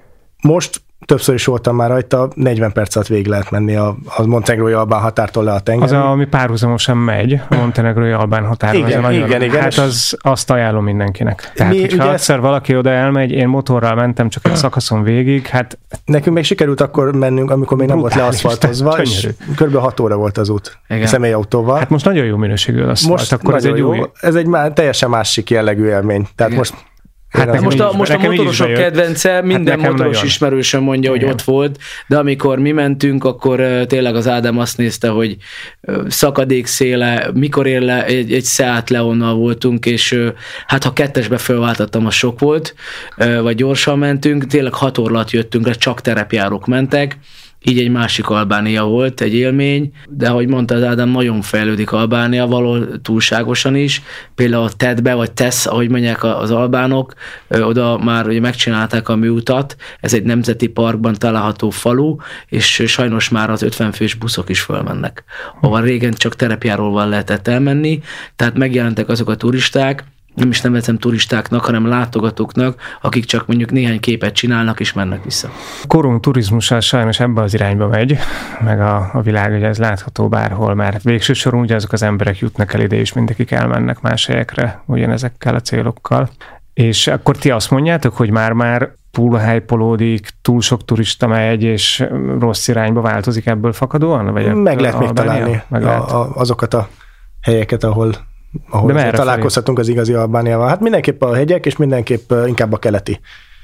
Most többször is voltam már rajta, 40 perc alatt végig lehet menni a montenegrói albán határtól le a tengerig. Az, ami párhuzamosan megy, a montenegrói albán határon. Igen. Hát azt ajánlom mindenkinek. Tehát, hogyha egyszer valaki oda elmegy, én motorral mentem csak egy szakaszon végig, hát... Nekünk még sikerült akkor mennünk, amikor még nem volt leaszfaltozva, és kb. 6 óra volt az út személyautóval. Hát most nagyon jó minőségű az aszfalt. Most akkor ez egy jó. Ez egy teljesen másik jellegű élmény. Tehát most most a motorosok kedvence, minden motoros ismerősen mondja, hogy ott volt, de amikor mi mentünk, akkor tényleg az Ádám azt nézte, hogy szakadékszéle, mikor ér le, egy Seat Leonnal voltunk, és hát ha 2-esbe fölváltattam, az sok volt, vagy gyorsan mentünk, tényleg 6 óra alatt jöttünk le, csak terepjárók mentek, így egy másik Albánia volt, egy élmény, de ahogy mondta az Ádám, nagyon fejlődik Albánia, valahol túlságosan is. Például a Tedbe, vagy Tesz, ahogy mondják az albánok, oda már ugye megcsinálták a műutat, ez egy nemzeti parkban található falu, és sajnos már az 50 fős buszok is fölmennek. Ahol régen csak terepjáróval lehetett elmenni, tehát megjelentek azok a turisták, nem is nevezem turistáknak, hanem látogatóknak, akik csak mondjuk néhány képet csinálnak és mennek vissza. Korunk turizmussal sajnos ebbe az irányba megy, meg a világ, hogy ez látható bárhol, mert végső soron ugye azok az emberek jutnak el ide, és mindekik elmennek más helyekre ugyanezekkel a célokkal. És akkor ti azt mondjátok, hogy már túlhypolódik, túl sok turista megy, és rossz irányba változik ebből fakadóan? Vagy meg lehet még találni azokat a helyeket, ahol találkozhatunk az igazi Albániával. Hát mindenképp a hegyek, és mindenképp inkább a keleti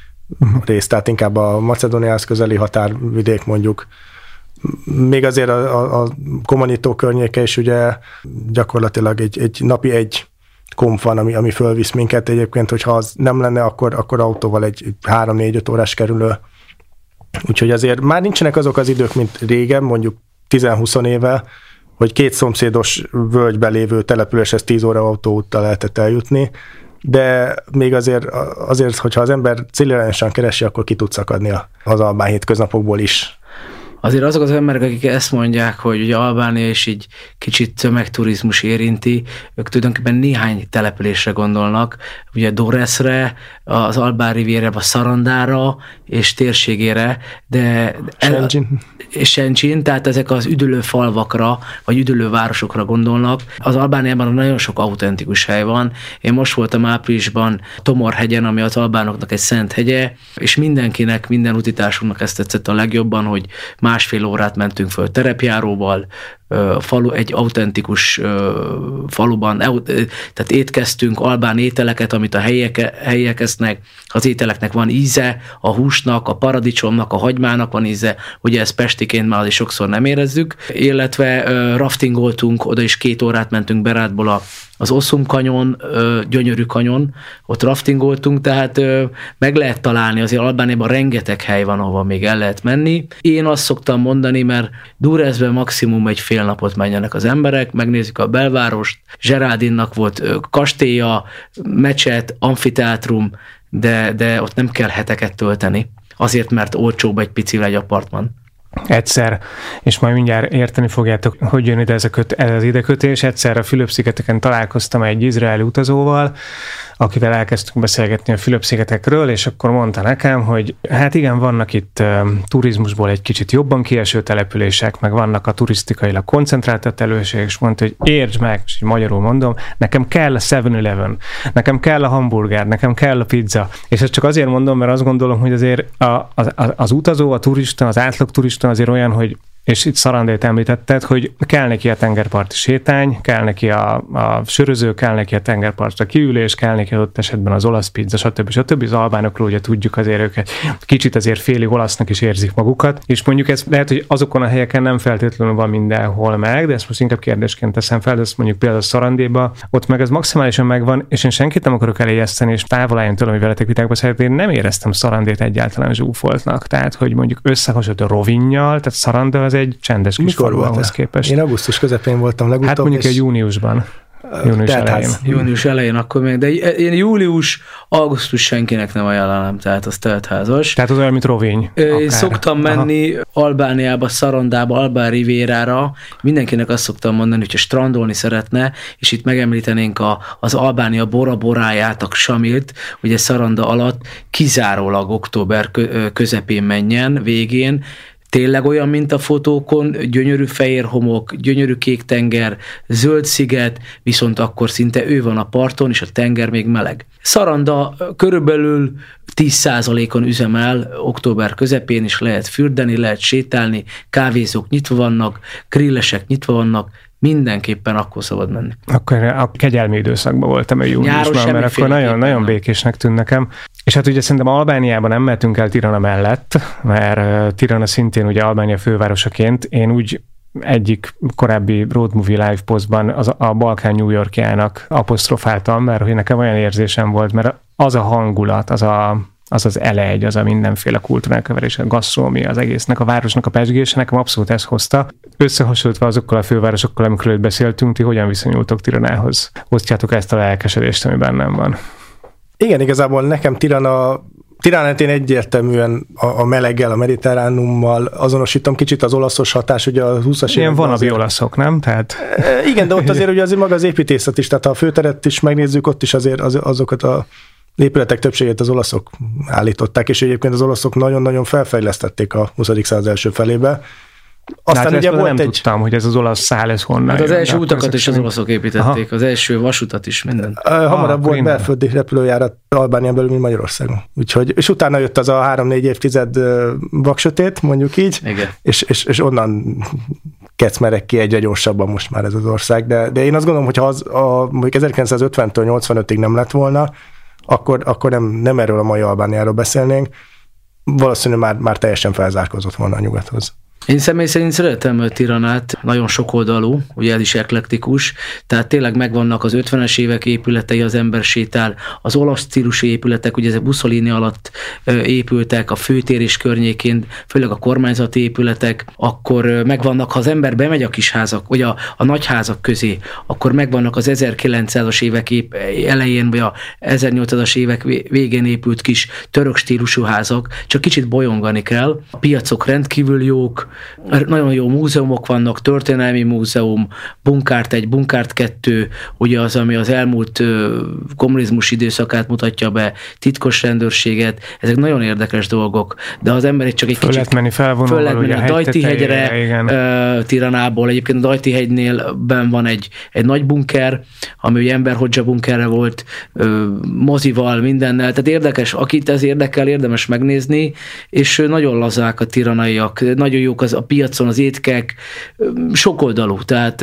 rész, tehát inkább a Macedóniához közeli határvidék mondjuk. Még azért a Komonitó környéke is ugye gyakorlatilag egy napi egy komp van, ami fölvisz minket egyébként, hogyha az nem lenne, akkor autóval egy 3-4-5 órás kerülő. Úgyhogy azért már nincsenek azok az idők, mint régen, mondjuk 10-20 éve, hogy 2 szomszédos völgyben lévő településhez 10 óra autóúttal lehetett eljutni, de még azért, hogyha az ember célirányosan keresi, akkor ki tud szakadni az albán hétköznapokból is. Azért azok az emberek, akik ezt mondják, hogy ugye Albánia is így kicsit tömegturizmus érinti, ők tulajdonképpen néhány településre gondolnak, ugye Doreszre, az Albán Rivierre, a Szarandára és térségére, de Sencsin, tehát ezek az üdülő falvakra, vagy üdülő városokra gondolnak. Az Albániában nagyon sok autentikus hely van. Én most voltam áprilisban Tomorhegyen, ami az albánoknak egy szent hegye, és mindenkinek, minden utitársunknak ezt tetszett a legjobban, hogy 1,5 órát mentünk föl terepjáróval, egy autentikus faluban, tehát étkeztünk albán ételeket, amit a helyiek esznek, az ételeknek van íze, a húsnak, a paradicsomnak, a hagymának van íze, ugye ezt pestiként már is sokszor nem érezzük, illetve raftingoltunk, oda is 2 órát mentünk Berátból az Oszum kanyon, gyönyörű kanyon, ott raftingoltunk, tehát meg lehet találni, azért Albániában rengeteg hely van, ahol még el lehet menni. Én azt szoktam mondani, mert Durrësben maximum egy fél napot menjenek az emberek, megnézik a belvárost, Zserádinnak volt kastélya, mecset, amfiteátrum, de ott nem kell heteket tölteni, azért, mert olcsóbb egy picivel egy apartman. egyszer, és majd mindjárt érteni fogjátok, hogy jön ide ez az idekötés. Egyszer a Fülöp-szigeteken találkoztam egy izraeli utazóval, akivel elkezdtünk beszélgetni a Fülöp-szigetekről, és akkor mondta nekem, hogy hát igen, vannak itt turizmusból egy kicsit jobban kieső települések, meg vannak a turisztikailag koncentráltabb települések, és mondta, hogy értsd meg, és magyarul mondom, nekem kell a 7-Eleven, nekem kell a hamburger, nekem kell a pizza, és ezt csak azért mondom, mert azt gondolom, hogy azért az utazó, a turista, az átlag turista azért olyan, hogy és itt Szarandét említetted, hogy kell neki a tengerparti sétány, kell neki a söröző, kell neki a tengerpartra kiülés, kell neki ott esetben az olasz pizza, stb. Az albánokról ugye tudjuk azért őket, kicsit azért félig olasznak is érzik magukat, és mondjuk ez lehet, hogy azokon a helyeken nem feltétlenül van mindenhol meg, de ezt most inkább kérdésként teszem fel, de ezt mondjuk például Szarandéba, ott meg ez maximálisan megvan, és én senkit nem akarok eléjeszteni, és távol álljon tőlem, hogy veletek vitákba szeretném, én nem éreztem Szarandét egyáltalán zsúfoltnak, tehát hogy mondjuk összehasonlít a Rovinnyal, tehát Szaranda az egy csendes kis falu ahhoz képest. Én augusztus közepén voltam legutóbb. Hát mondjuk egy júniusban. Június elején akkor még, de én július, augusztus senkinek nem ajánlanám, tehát az teltházas. Tehát az olyan, mint Roviny. Én szoktam menni Albániába, Szarandába, Albán Rivérára, mindenkinek azt szoktam mondani, hogyha strandolni szeretne, és itt megemlítenénk az Albánia Bora-Boráját, a Ksamilt, ugye Szaranda alatt kizárólag október közepén menjen, végén, tényleg olyan, mint a fotókon, gyönyörű fehér homok, gyönyörű kék tenger, zöld sziget, viszont akkor szinte ő van a parton, és a tenger még meleg. Szaranda körülbelül 10%-on üzemel október közepén, is lehet fürdeni, lehet sétálni, kávézók nyitva vannak, grillesek nyitva vannak, mindenképpen akkor szabad menni. Akkor a kegyelmi időszakban voltam a júniusban, mert akkor nagyon békésnek tűn nekem. És hát ugye szerintem Albániában nem mehetünk el Tirana mellett, mert Tirana szintén ugye Albánia fővárosaként, én úgy egyik korábbi Road Movie Live postban a Balkán New Yorkjának apostrofáltam, mert hogy nekem olyan érzésem volt, mert az a hangulat, az elegy, az a mindenféle kultúrálkeverés, a gasztronómia, az egésznek, a városnak a pezsgése, nekem abszolút ezt hozta. Összehasonlítva azokkal a fővárosokkal, amikről itt beszéltünk, ti hogyan viszonyultok Tiranához? Osztjátok ezt a lelkesedést, ami bennem van? Igen, igazából nekem Tiránát én egyértelműen a meleggel, a mediterránummal azonosítom, kicsit az olaszos hatás, ugye a 20-as években. Ilyen vanabi olaszok, nem? Tehát... Igen, de ott azért ugye maga az építészet is, tehát ha a főteret is megnézzük, ott is azért azokat a épületek többségét az olaszok állították, és egyébként az olaszok nagyon-nagyon felfejlesztették a 20. század első felébe. Aztán ugye volt nem tudtam, hogy ez az olasz szál, ez honnan hát az első utakat is az olaszok építették, az első vasutat is, minden. Hamarabb volt belföldi repülőjárat Albánián belül, mint Magyarországon. Úgyhogy, és utána jött az a 3-4 évtized vaksötét, mondjuk így, és onnan kecmerek ki egyre gyorsabban most már ez az ország. De én azt gondolom, hogy ha mondjuk 1950-től 85-ig nem lett volna, akkor nem erről a mai Albániáról beszélnénk. Valószínűleg már teljesen felzárkózott volna a nyugathoz. Én személy szerint szeretem Tiranát, nagyon sokoldalú, ugye ez is eklektikus, tehát tényleg megvannak az 50-es évek épületei, az ember sétál, az olasz stílusú épületek, ugye ezek Mussolini alatt épültek, a főtér és környékén, főleg a kormányzati épületek, akkor megvannak, ha az ember bemegy a kisházak, vagy a nagyházak közé, akkor megvannak az 1900-as évek elején, vagy a 1800-as évek végén épült kis török stílusú házak, csak kicsit bolyongani kell. A piacok rendkívül jók, nagyon jó múzeumok vannak, történelmi múzeum, Bunkárt 1, Bunkárt 2, ugye az, ami az elmúlt kommunizmus időszakát mutatja be, titkos rendőrséget, ezek nagyon érdekes dolgok, de az ember csak egy kicsit föl lehet menni a Dajti hegyre, Tiranából, egyébként a Dajti hegynél benn van egy nagy bunker, ami ugye Enver Hodzsa bunkerre volt, mozival, mindennel, tehát érdekes, akit ez érdekel, érdemes megnézni, és nagyon lazák a tiranaiak, nagyon jók a piacon az étkek, sokoldalú, tehát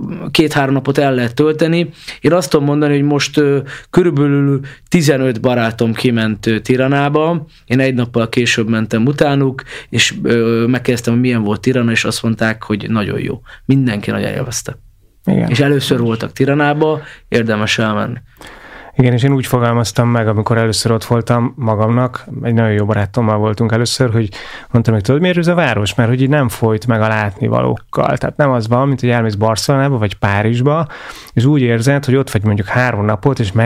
2-3 napot el lehet tölteni. Én azt tudom mondani, hogy most körülbelül 15 barátom kiment Tiranába, én egy nappal később mentem utánuk, és megkezdtem, hogy milyen volt Tirana, és azt mondták, hogy nagyon jó. Mindenki nagyon élvezte. Igen. És először voltak Tiranába, érdemes elmenni. Igen, és én úgy fogalmaztam meg, amikor először ott voltam magamnak, egy nagyon jó barátommal voltunk először, hogy mondtam, hogy tudod, miért ez a város? Mert hogy így nem folyt meg a látnivalókkal. Tehát nem az van, mint hogy elmész Barcelonába vagy Párizsba, és úgy érzed, hogy ott vagy mondjuk 3 napot, és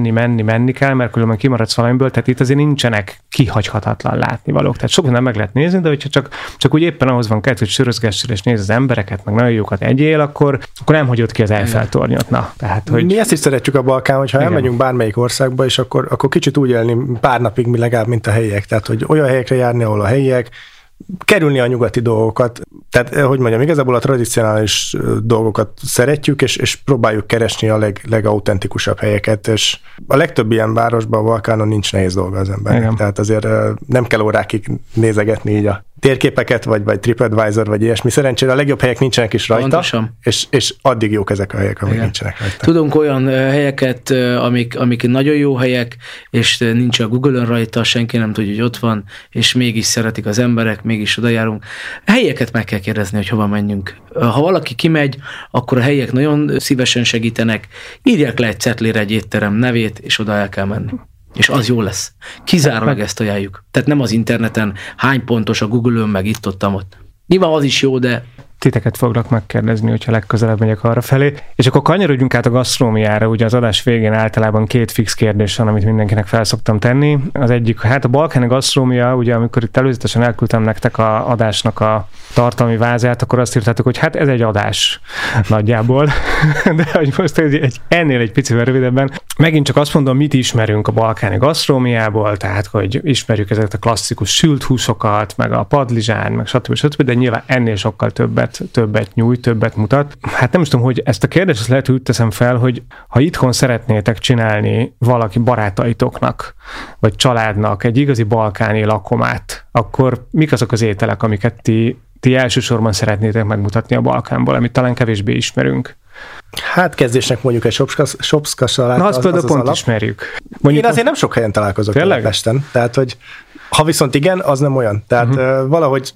menni kell, mert különben kimaradsz valamiből, tehát itt azért nincsenek kihagyhatatlan látnivalók. Tehát sok nem meg lehet nézni, de hogyha csak úgy éppen ahhoz van kedv, hogy sörözgessél és néz az embereket, meg nagyon jókat egyél, akkor nem hagyod ki az Eiffel-tornyot. Na, tehát, hogy... Mi ezt is szeretjük a Balkán, hogyha elmegyünk bármelyik országba, és akkor kicsit úgy élni pár napig mi legalább, mint a helyiek. Tehát, hogy olyan helyekre járni, ahol a helyiek, kerülni a nyugati dolgokat. Tehát, hogy mondjam, igazából a tradicionális dolgokat szeretjük, és próbáljuk keresni a legautentikusabb helyeket, és a legtöbb ilyen városban, a Balkánon nincs nehéz dolga az embernek. Igen. Tehát azért nem kell órákig nézegetni így a térképeket, vagy TripAdvisor, vagy ilyesmi. Szerencsére a legjobb helyek nincsenek is rajta, és addig jók ezek a helyek, amik igen. nincsenek rajta. Tudunk olyan helyeket, amik nagyon jó helyek, és nincs a Google-ön rajta, senki nem tudja, hogy ott van, és mégis szeretik az emberek, mégis oda járunk. A helyeket meg kell kérdezni, hogy hova menjünk. Ha valaki kimegy, akkor a helyiek nagyon szívesen segítenek, írják le egy cetlére egy étterem nevét, és oda el kell menni. És az jó lesz. Kizárólag ezt ajánljuk. Tehát nem az interneten hány pontos a Google-ön, meg itt-ott. Nyilván az is jó, de... Titeket foglak megkérdezni, hogyha legközelebb megyek arra felé. És akkor kanyarodjunk át a gasztronómiára. Ugye az adás végén általában 2 fix kérdés van, amit mindenkinek fel szoktam tenni. Az egyik, hát a balkáni gasztronómia, ugye amikor itt előzetesen elküldtem nektek a adásnak a tartalmi vázát, akkor azt írtátok, hogy hát ez egy adás nagyjából. De hogy most ennél egy picivel rövidebben. Megint csak azt mondom, mit ismerünk a balkáni gasztronómiából, tehát hogy ismerjük ezeket a klasszikus sült húsokat, meg a padlizsán, meg stb. De nyilván ennél sokkal többet nyújt, többet mutat. Hát nem is tudom, hogy ezt a kérdést azt lehet, hogy úgy teszem fel, hogy ha itthon szeretnétek csinálni valaki barátaitoknak, vagy családnak egy igazi balkáni lakomát, akkor mik azok az ételek, amiket ti elsősorban szeretnétek megmutatni a Balkánból, amit talán kevésbé ismerünk? Hát kezdésnek mondjuk egy sopszka salát. Na, azt például pont alap. Ismerjük. Mondjuk én azért nem sok helyen találkozok Pesten. Tehát, hogy ha viszont igen, az nem olyan. Tehát valahogy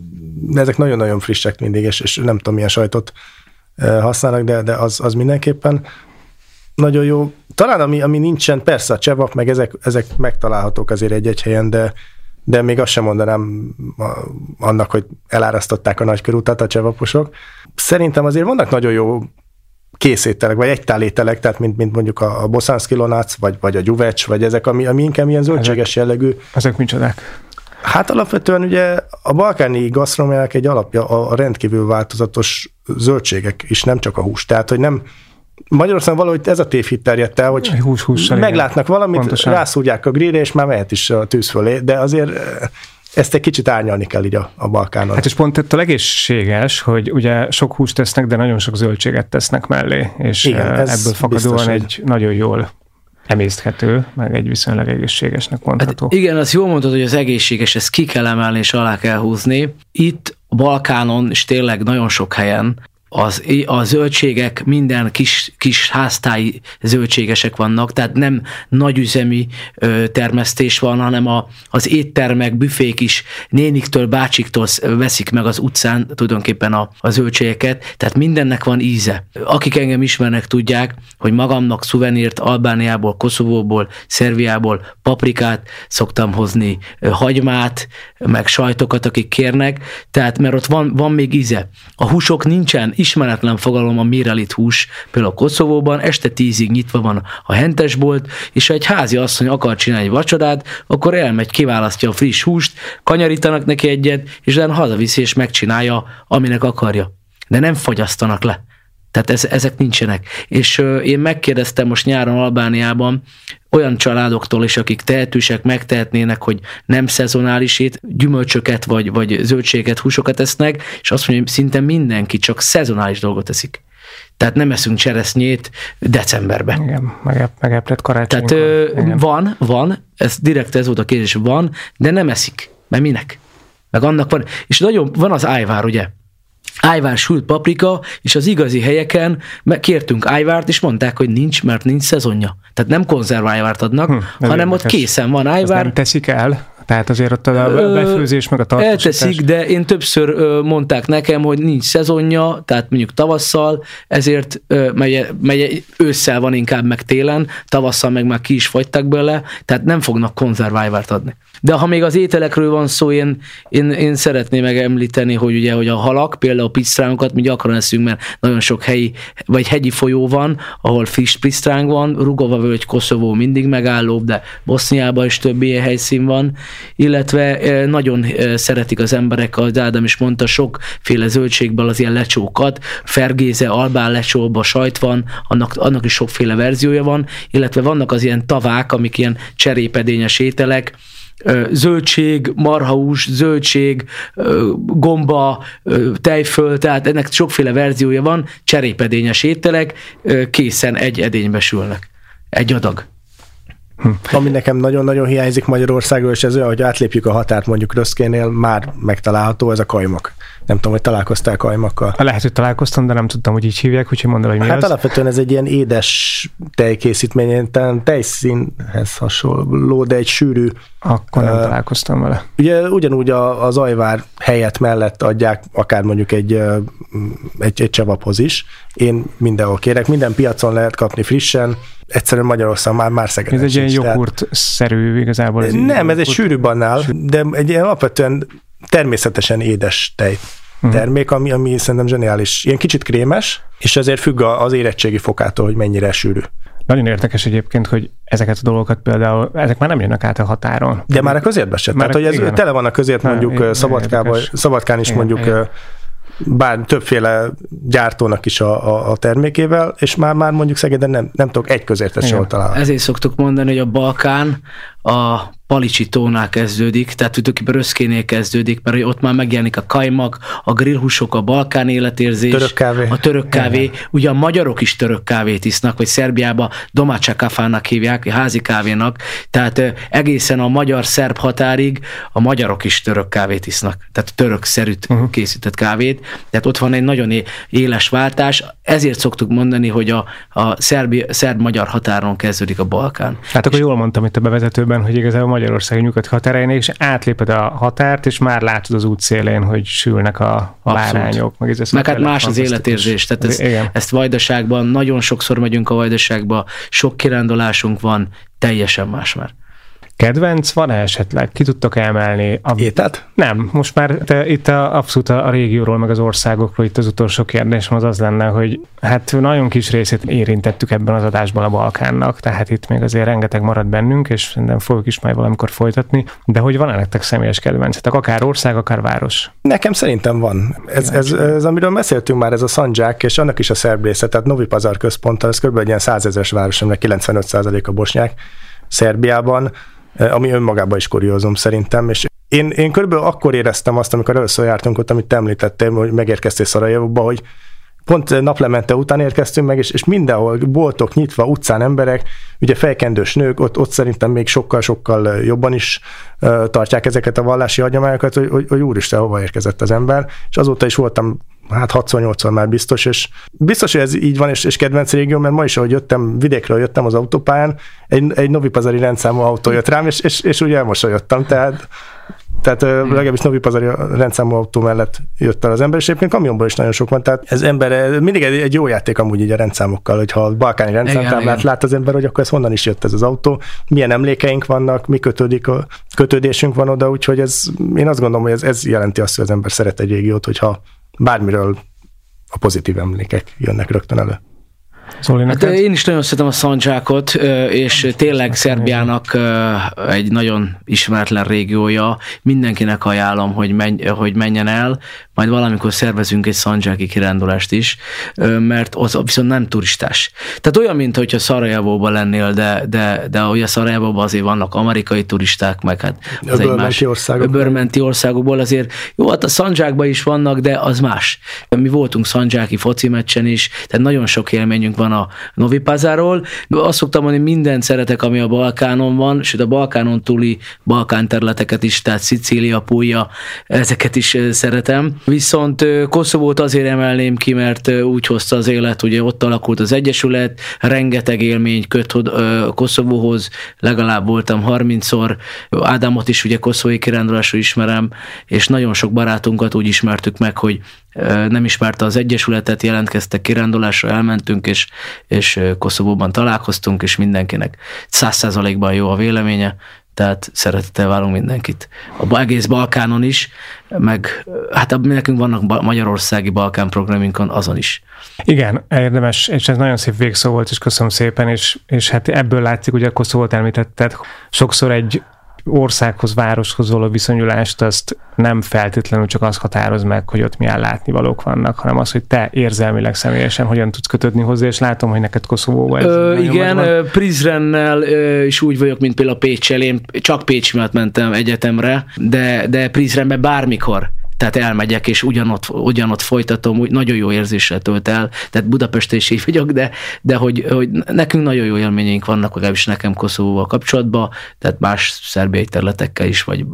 ezek nagyon-nagyon frissek mindig, és nem tudom, milyen sajtot használnak, de az mindenképpen nagyon jó. Talán ami nincsen, persze a csevap, meg ezek megtalálhatók azért egy helyen, de még azt sem mondanám annak, hogy elárasztották a nagykörutat a csevaposok. Szerintem azért vannak nagyon jó készételek, vagy egytálételek, tehát mint mondjuk a boszánszki lonác, vagy a gyuvecs, vagy ezek, ami inkább ilyen zöldséges jellegű. Ezek micsodák? Hát alapvetően ugye a balkáni gasztronómiának egy alapja a rendkívül változatos zöldségek is, nem csak a hús. Tehát, hogy nem Magyarországon valahogy ez a tévhit terjedt el, hogy meglátnak valamit, pontosan. Rászúrják a grillre, és már mehet is a tűz fölé, de azért ezt egy kicsit árnyalni kell így a Balkánon. Hát és pont itt a egészséges, hogy ugye sok húst tesznek, de nagyon sok zöldséget tesznek mellé, és igen, ebből fakadóan egy nagyon jól emészthető, meg egy viszonylag egészségesnek mondható. Hát igen, azt jól mondtad, hogy az egészséges, ezt ki kell emelni és alá kell húzni. Itt a Balkánon, és tényleg nagyon sok helyen a zöldségek minden kis háztáji zöldségesek vannak, tehát nem nagyüzemi termesztés van, hanem az éttermek, büfék is néniktől, bácsiktól veszik meg az utcán tulajdonképpen a zöldségeket, tehát mindennek van íze. Akik engem ismernek, tudják, hogy magamnak szuvenírt Albániából, Koszovóból, Szerbiából, paprikát szoktam hozni, hagymát, meg sajtokat, akik kérnek, tehát mert ott van még íze. A húsok nincsen, ismeretlen fogalom a mirelit hús, például Koszovóban este 10-ig nyitva van a hentesbolt, és ha egy házi asszony akar csinálni egy vacsorát, akkor elmegy, kiválasztja a friss húst, kanyarítanak neki egyet, és utána hazaviszi és megcsinálja, aminek akarja. De nem fogyasztanak le. Tehát ezek nincsenek. És én megkérdeztem most nyáron Albániában olyan családoktól is, akik tehetősek, megtehetnének, hogy nem szezonálisét, gyümölcsöket vagy zöldséget, húsokat esznek, és azt mondja, hogy szinte mindenki csak szezonális dolgot eszik. Tehát nem eszünk cseresznyét decemberben. Igen, megeplet karácsonykor. Tehát van, ez volt a kérdés, van, de nem eszik. Mert minek? Meg annak van. És nagyon van az ájvár, ugye? Ájvár, sült paprika, és az igazi helyeken kértünk ájvárt, és mondták, hogy nincs, mert nincs szezonja. Tehát nem konzerv ájvárt adnak, hanem ott készen van ájvár. Nem teszik el? Tehát azért ott a befőzés meg a tartósítás. Elteszik, de én többször mondták nekem, hogy nincs szezonja, tehát mondjuk tavasszal, ezért megy ősszel van inkább meg télen, tavasszal meg már ki is fogytak bele, tehát nem fognak konzerválvárt adni. De ha még az ételekről van szó, én szeretném megemlíteni, hogy ugye hogy a halak, például pisztrángokat mi gyakran eszünk, mert nagyon sok helyi vagy hegyi folyó van, ahol friss pisztráng van, Rugova völgy, Koszovó mindig megálló, de Boszniában is több ilyen helyszín van, illetve nagyon szeretik az emberek, az Ádám is mondta, sokféle zöldségből az ilyen lecsókat, fergéze, albán lecsóba sajt van, annak is sokféle verziója van, illetve vannak az ilyen tavák, amik ilyen cserépedényes ételek, zöldség, marhahús, zöldség, gomba, tejföl, tehát ennek sokféle verziója van, cserépedényes ételek, készen egy edénybe sülnek. Egy adag. Ami nekem nagyon-nagyon hiányzik Magyarországról, és ez olyan, hogy átlépjük a határt mondjuk Röszkénél, már megtalálható, ez a kajmak. Nem tudom, hogy találkoztál kajmakkal. Lehet, hogy találkoztam, de nem tudtam, hogy így hívják, úgyhogy mondom, hogy mi hát az. Alapvetően ez egy ilyen édes tejkészítmény, talán tejszínhez hasonló, de egy sűrű. Akkor nem találkoztam vele. Ugye ugyanúgy az ajvár helyett mellett adják, akár mondjuk egy csevaphoz is. Én mindenhol kérek, minden piacon lehet kapni frissen, egyszerűen Magyarországon már Szegeden. Ez egy ilyen joghurt-szerű igazából. Nem, ez egy sűrűbb annál, de egy ilyen alapvetően természetesen édes tej termék, ami szerintem zseniális. Ilyen kicsit krémes, és ezért függ az érettségi fokától, hogy mennyire sűrű. Nagyon érdekes egyébként, hogy ezeket a dolgokat például, ezek már nem jönnek át a határon. De már a közértbe se. Tehát, hogy ez igen, tele van a közért mondjuk Szabadkán is mondjuk bár többféle gyártónak is a termékével, és már mondjuk Szegeden nem tudok egy közértet sehol találni. Ezért szoktuk mondani, hogy a Balkán a Palicsi tónál kezdődik, tehát tulajdonképpen Röszkénél kezdődik, mert ott már megjelenik a kajmak, a grillhúsok, a balkán életérzés, a török kávé. Ugye a magyarok is török kávét isznak, vagy Szerbiában domácsa kafának hívják, házi kávénak, tehát egészen a magyar-szerb határig a magyarok is török kávét isznak, tehát török-szerűt készített kávét, tehát ott van egy nagyon éles váltás, ezért szoktuk mondani, hogy a szerb-magyar határon kezdődik a Balkán. Hát akkor jól mondtam itt a bevezetőben, hogy igazából Magyarország nyugati határain, és átléped a határt, és már látod az útszélén, hogy sülnek a bárányok. Meg hát más az életérzés. Tehát ezt Vajdaságban, nagyon sokszor megyünk a Vajdaságba, sok kirándulásunk van, teljesen más már. Kedvenc van esetleg? Ki tudtok emelni? Ételt? Nem, most már itt abszolút a régióról, meg az országokról itt az utolsó kérdésem az lenne, hogy hát nagyon kis részét érintettük ebben az adásban a Balkánnak, tehát itt még azért rengeteg marad bennünk, és szerintem fogjuk is majd valamikor folytatni, de hogy van nektek személyes kedvencetek, akár ország, akár város? Nekem szerintem van. Ez amiről beszéltünk már, ez a Szandzsák, és annak is a szerb része, tehát Novi Pazar központtal, ez kb. Egy ilyen 100 000-es város, aminek 95% a bosnyák Szerbiában, ami önmagában is kuriózum szerintem, és én körülbelül akkor éreztem azt, amikor először jártunk ott, amit te említettél, hogy megérkeztél Szarajevóba, hogy pont naplemente után érkeztünk meg, és mindenhol boltok nyitva, utcán emberek, ugye fejkendős nők, ott szerintem még sokkal jobban is tartják ezeket a vallási hagyományokat, hogy úristen, hova érkezett az ember, és azóta is voltam 6-8-szor már biztos, és biztos, hogy ez így van, és kedvenc régió, mert ma is, ahogy vidékről jöttem az autópályán, egy Novi Pazari rendszámú autó jött rám, és úgy elmosolyodtam, tehát legalábbis Novi Pazari rendszámú autó mellett jött el az ember, és egyébként kamionból is nagyon sok van, tehát ez ember, mindig egy jó játék amúgy így a rendszámokkal, hogyha a balkáni rendszámtáblát lát az ember, hogy akkor ez honnan is jött ez az autó, milyen emlékeink vannak, mi kötődésünk van oda, úgyhogy én azt gondolom, hogy ez jelenti azt, hogy az ember szeret egy régiót, hogyha bármiről a pozitív emlékek jönnek rögtön elő. Hát én is nagyon szeretem a Szandzsákot, és tényleg Szerbiának egy nagyon ismeretlen régiója. Mindenkinek ajánlom, hogy menjen el, majd valamikor szervezünk egy szandzsáki kirándulást is, mert az viszont nem turistás. Tehát olyan, mint hogyha Szarajevóban lennél, de ugye Szarajevóban azért vannak amerikai turisták, meg hát az öbölmenti országokból azért. Jó, hát a Szandzsákban is vannak, de az más. Mi voltunk szandzsáki foci meccsen is, tehát nagyon sok élményünk képünk van a Novi Pazáról. Azt szoktam mondani, mindent szeretek, ami a Balkánon van, sőt a Balkánon túli Balkán területeket is, tehát Szicília, Puglia, ezeket is szeretem. Viszont Koszovót azért emelném ki, mert úgy hozta az élet, ugye ott alakult az Egyesület, rengeteg élmény köt Koszovóhoz, legalább voltam 30-szor, Ádámot is ugye koszovói kirándulásról ismerem, és nagyon sok barátunkat úgy ismertük meg, hogy nem ismerte az Egyesületet, jelentkeztek kirándulásra, elmentünk, és Koszovóban találkoztunk, és mindenkinek 100%-ban jó a véleménye, tehát szeretettel várunk mindenkit. Egész Balkánon is, meg hát nekünk vannak magyarországi Balkán programunkon, azon is. Igen, érdemes, és ez nagyon szép végszó volt, és köszönöm szépen, és hát ebből látszik, ugye a Koszovót említetted, sokszor egy országhoz, városhoz való viszonyulást, azt nem feltétlenül csak az határoz meg, hogy ott milyen látnivalók vannak, hanem az, hogy te érzelmileg, személyesen hogyan tudsz kötődni hozzá, és látom, hogy neked Koszovóval igen, Prizrennel is úgy vagyok, mint például Péccsel, én csak Pécs miatt mentem egyetemre, de Prizrenbe bármikor, tehát elmegyek, és ugyanott folytatom, úgy nagyon jó érzéssel tölt el, tehát Budapesten is így vagyok, de hogy nekünk nagyon jó élményeink vannak, legalábbis nekem Koszovóval kapcsolatban, tehát más szerbiai területekkel is, vagy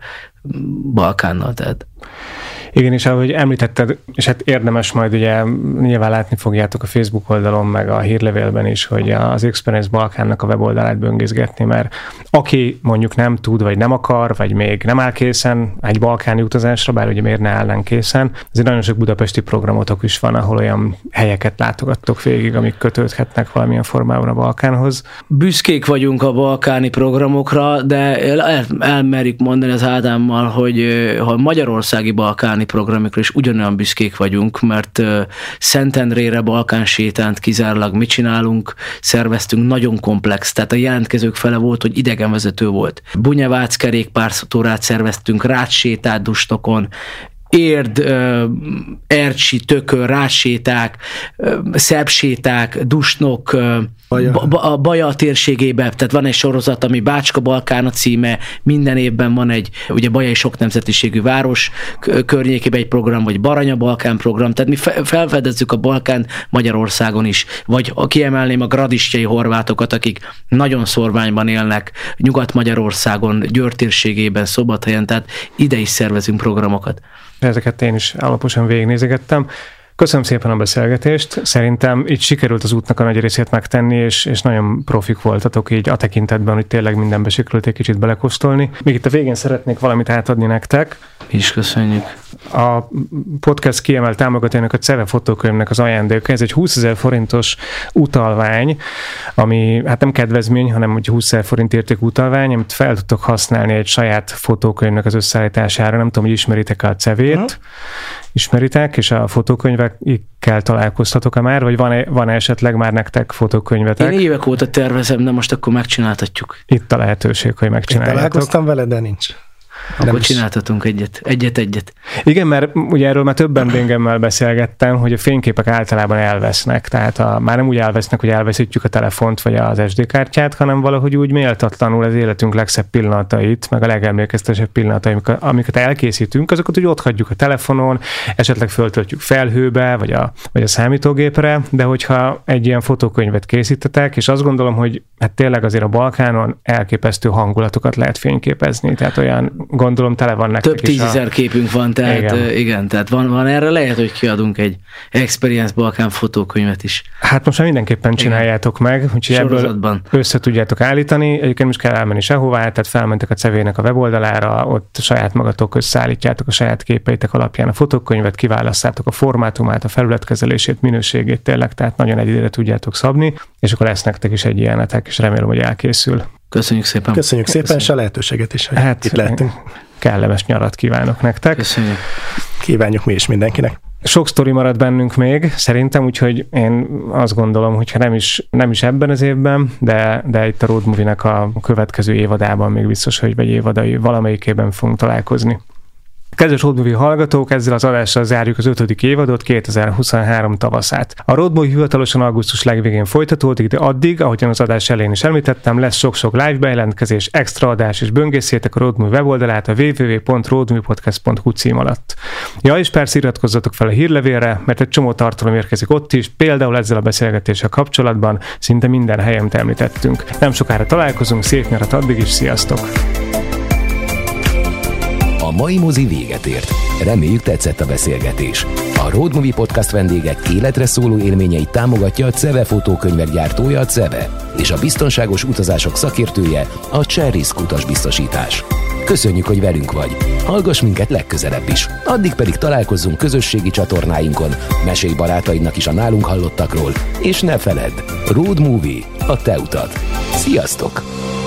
Balkánnal, tehát. Igen, és ahogy említetted, és hát érdemes majd ugye nyilván látni fogjátok a Facebook oldalon, meg a hírlevélben is, hogy az Experience Balkánnak a weboldalát böngészgetni, mert aki mondjuk nem tud, vagy nem akar, vagy még nem áll készen egy balkáni utazásra, bár ugye miért ne állnánk készen, azért nagyon sok budapesti programotok is van, ahol olyan helyeket látogattok végig, amik kötődhetnek valamilyen formában a Balkánhoz. Büszkék vagyunk a balkáni programokra, de elmerjük mondani az Ádámmal, hogy a magyarországi balkáni programokra is ugyanolyan büszkék vagyunk, mert Szentendrére Balkán sétánt kizárólag mi csinálunk, szerveztünk, nagyon komplex, tehát a jelentkezők fele volt, hogy idegenvezető volt. Bunyevác kerékpártúrát szerveztünk, rácssétát Dustokon, Érd, Ercsi, Tökör, rácsséták, szerbséták, Dusnok, a Baja térségében, tehát van egy sorozat, ami Bácska Balkán a címe, minden évben van egy, ugye bajai sok nemzetiségű város környékében egy program, vagy Baranya Balkán program, tehát mi felfedezzük a Balkán Magyarországon is, vagy kiemelném a gradistjai horvátokat, akik nagyon szorványban élnek Nyugat-Magyarországon, Győr térségében, Szombathelyen, tehát ide is szervezünk programokat. Ezeket én is alaposan végignézegettem. Köszönöm szépen a beszélgetést. Szerintem így sikerült az útnak a nagy részét megtenni, és nagyon profik voltatok így a tekintetben, hogy tényleg mindenbe sikerült egy kicsit belekóstolni. Még itt a végén szeretnék valamit átadni nektek. És köszönjük. A podcast kiemelt támogatójának a CEVE fotókönyvnek az ajándéka. Ez egy 20 000 forintos utalvány, ami hát nem kedvezmény, hanem hogy 20 000 forint értékű utalvány, amit fel tudtok használni egy saját fotókönyvnek az összeállítására. Nem tudom, hogy ismeritek a CEVét. Ismeritek, és a fotókönyvekkel találkoztatok-e már, vagy van esetleg már nektek fotókönyvetek? Én évek óta tervezem, de most akkor megcsináltatjuk. Itt a lehetőség, hogy megcsináljátok. Én találkoztam vele, de nincs. Akkor csináltatunk egyet. Igen, mert ugye erről már többen Bingemmel beszélgettem, hogy a fényképek általában elvesznek, tehát már nem úgy elvesznek, hogy elveszítjük a telefont vagy az SD kártyát, hanem valahogy úgy méltatlanul az életünk legszebb pillanatait, meg a legemlékeztetősebb pillanatait, amiket elkészítünk, azokat úgy ott hagyjuk a telefonon, esetleg föltöltjük felhőbe, vagy a számítógépre, de hogyha egy ilyen fotókönyvet készítetek, és azt gondolom, hogy hát tényleg azért a Balkánon elképesztő hangulatokat lehet fényképezni, tehát olyan gondolom tele van nektek több 10 000 képünk van, tehát igen, tehát van erre, lehet, hogy kiadunk egy Experience Balkán fotókönyvet is. Hát most már mindenképpen csináljátok meg, úgyhogy ebből össze tudjátok állítani. Egyébként most kell elmenni sehová, tehát felmentek a CEVE-nek a weboldalára, ott saját magatok összeállítjátok a saját képeitek alapján a fotókönyvet, kiválasztátok a formátumát, a felületkezelését, minőségét tényleg, tehát nagyon egyedére tudjátok szabni, és akkor lesz nektek is egy ilyenetek, és remélem, hogy elkészül. Köszönjük szépen. Köszönjük szépen, és a lehetőséget is, hogy itt lehetünk. Kellemes nyarat kívánok nektek. Köszönjük. Kívánjuk mi is mindenkinek. Sok sztori marad bennünk még, szerintem, úgyhogy én azt gondolom, hogyha nem is ebben az évben, de itt a Road Movie-nek a következő évadában még biztos, hogy vagy évadai valamelyikében fogunk találkozni. Kedves Road Movie hallgatók, ezzel az adással zárjuk az 5. évadot, 2023 tavaszát. A Road Movie hivatalosan augusztus legvégén folytatódik, de addig, ahogyan az adás elején is említettem, lesz sok-sok live bejelentkezés, extra adás, és böngészjétek a Road Movie weboldalát a www.roadmoviepodcast.hu cím alatt. Ja, és persze iratkozzatok fel a hírlevélre, mert egy csomó tartalom érkezik ott is, például ezzel a beszélgetéssel kapcsolatban, szinte minden helyen említettünk. Nem sokára találkozunk, szép nyarat addig is, sziasztok! A mai mozi véget ért. Reméljük tetszett a beszélgetés. A Road Movie Podcast vendégek életre szóló élményeit támogatja a CEVE fotókönyvek gyártója, a CEVE, és a biztonságos utazások szakértője, a Cserrisk utasbiztosítás. Köszönjük, hogy velünk vagy. Hallgass minket legközelebb is. Addig pedig találkozzunk közösségi csatornáinkon, mesélj barátaidnak is a nálunk hallottakról, és ne feledd, Road Movie, a te utad. Sziasztok!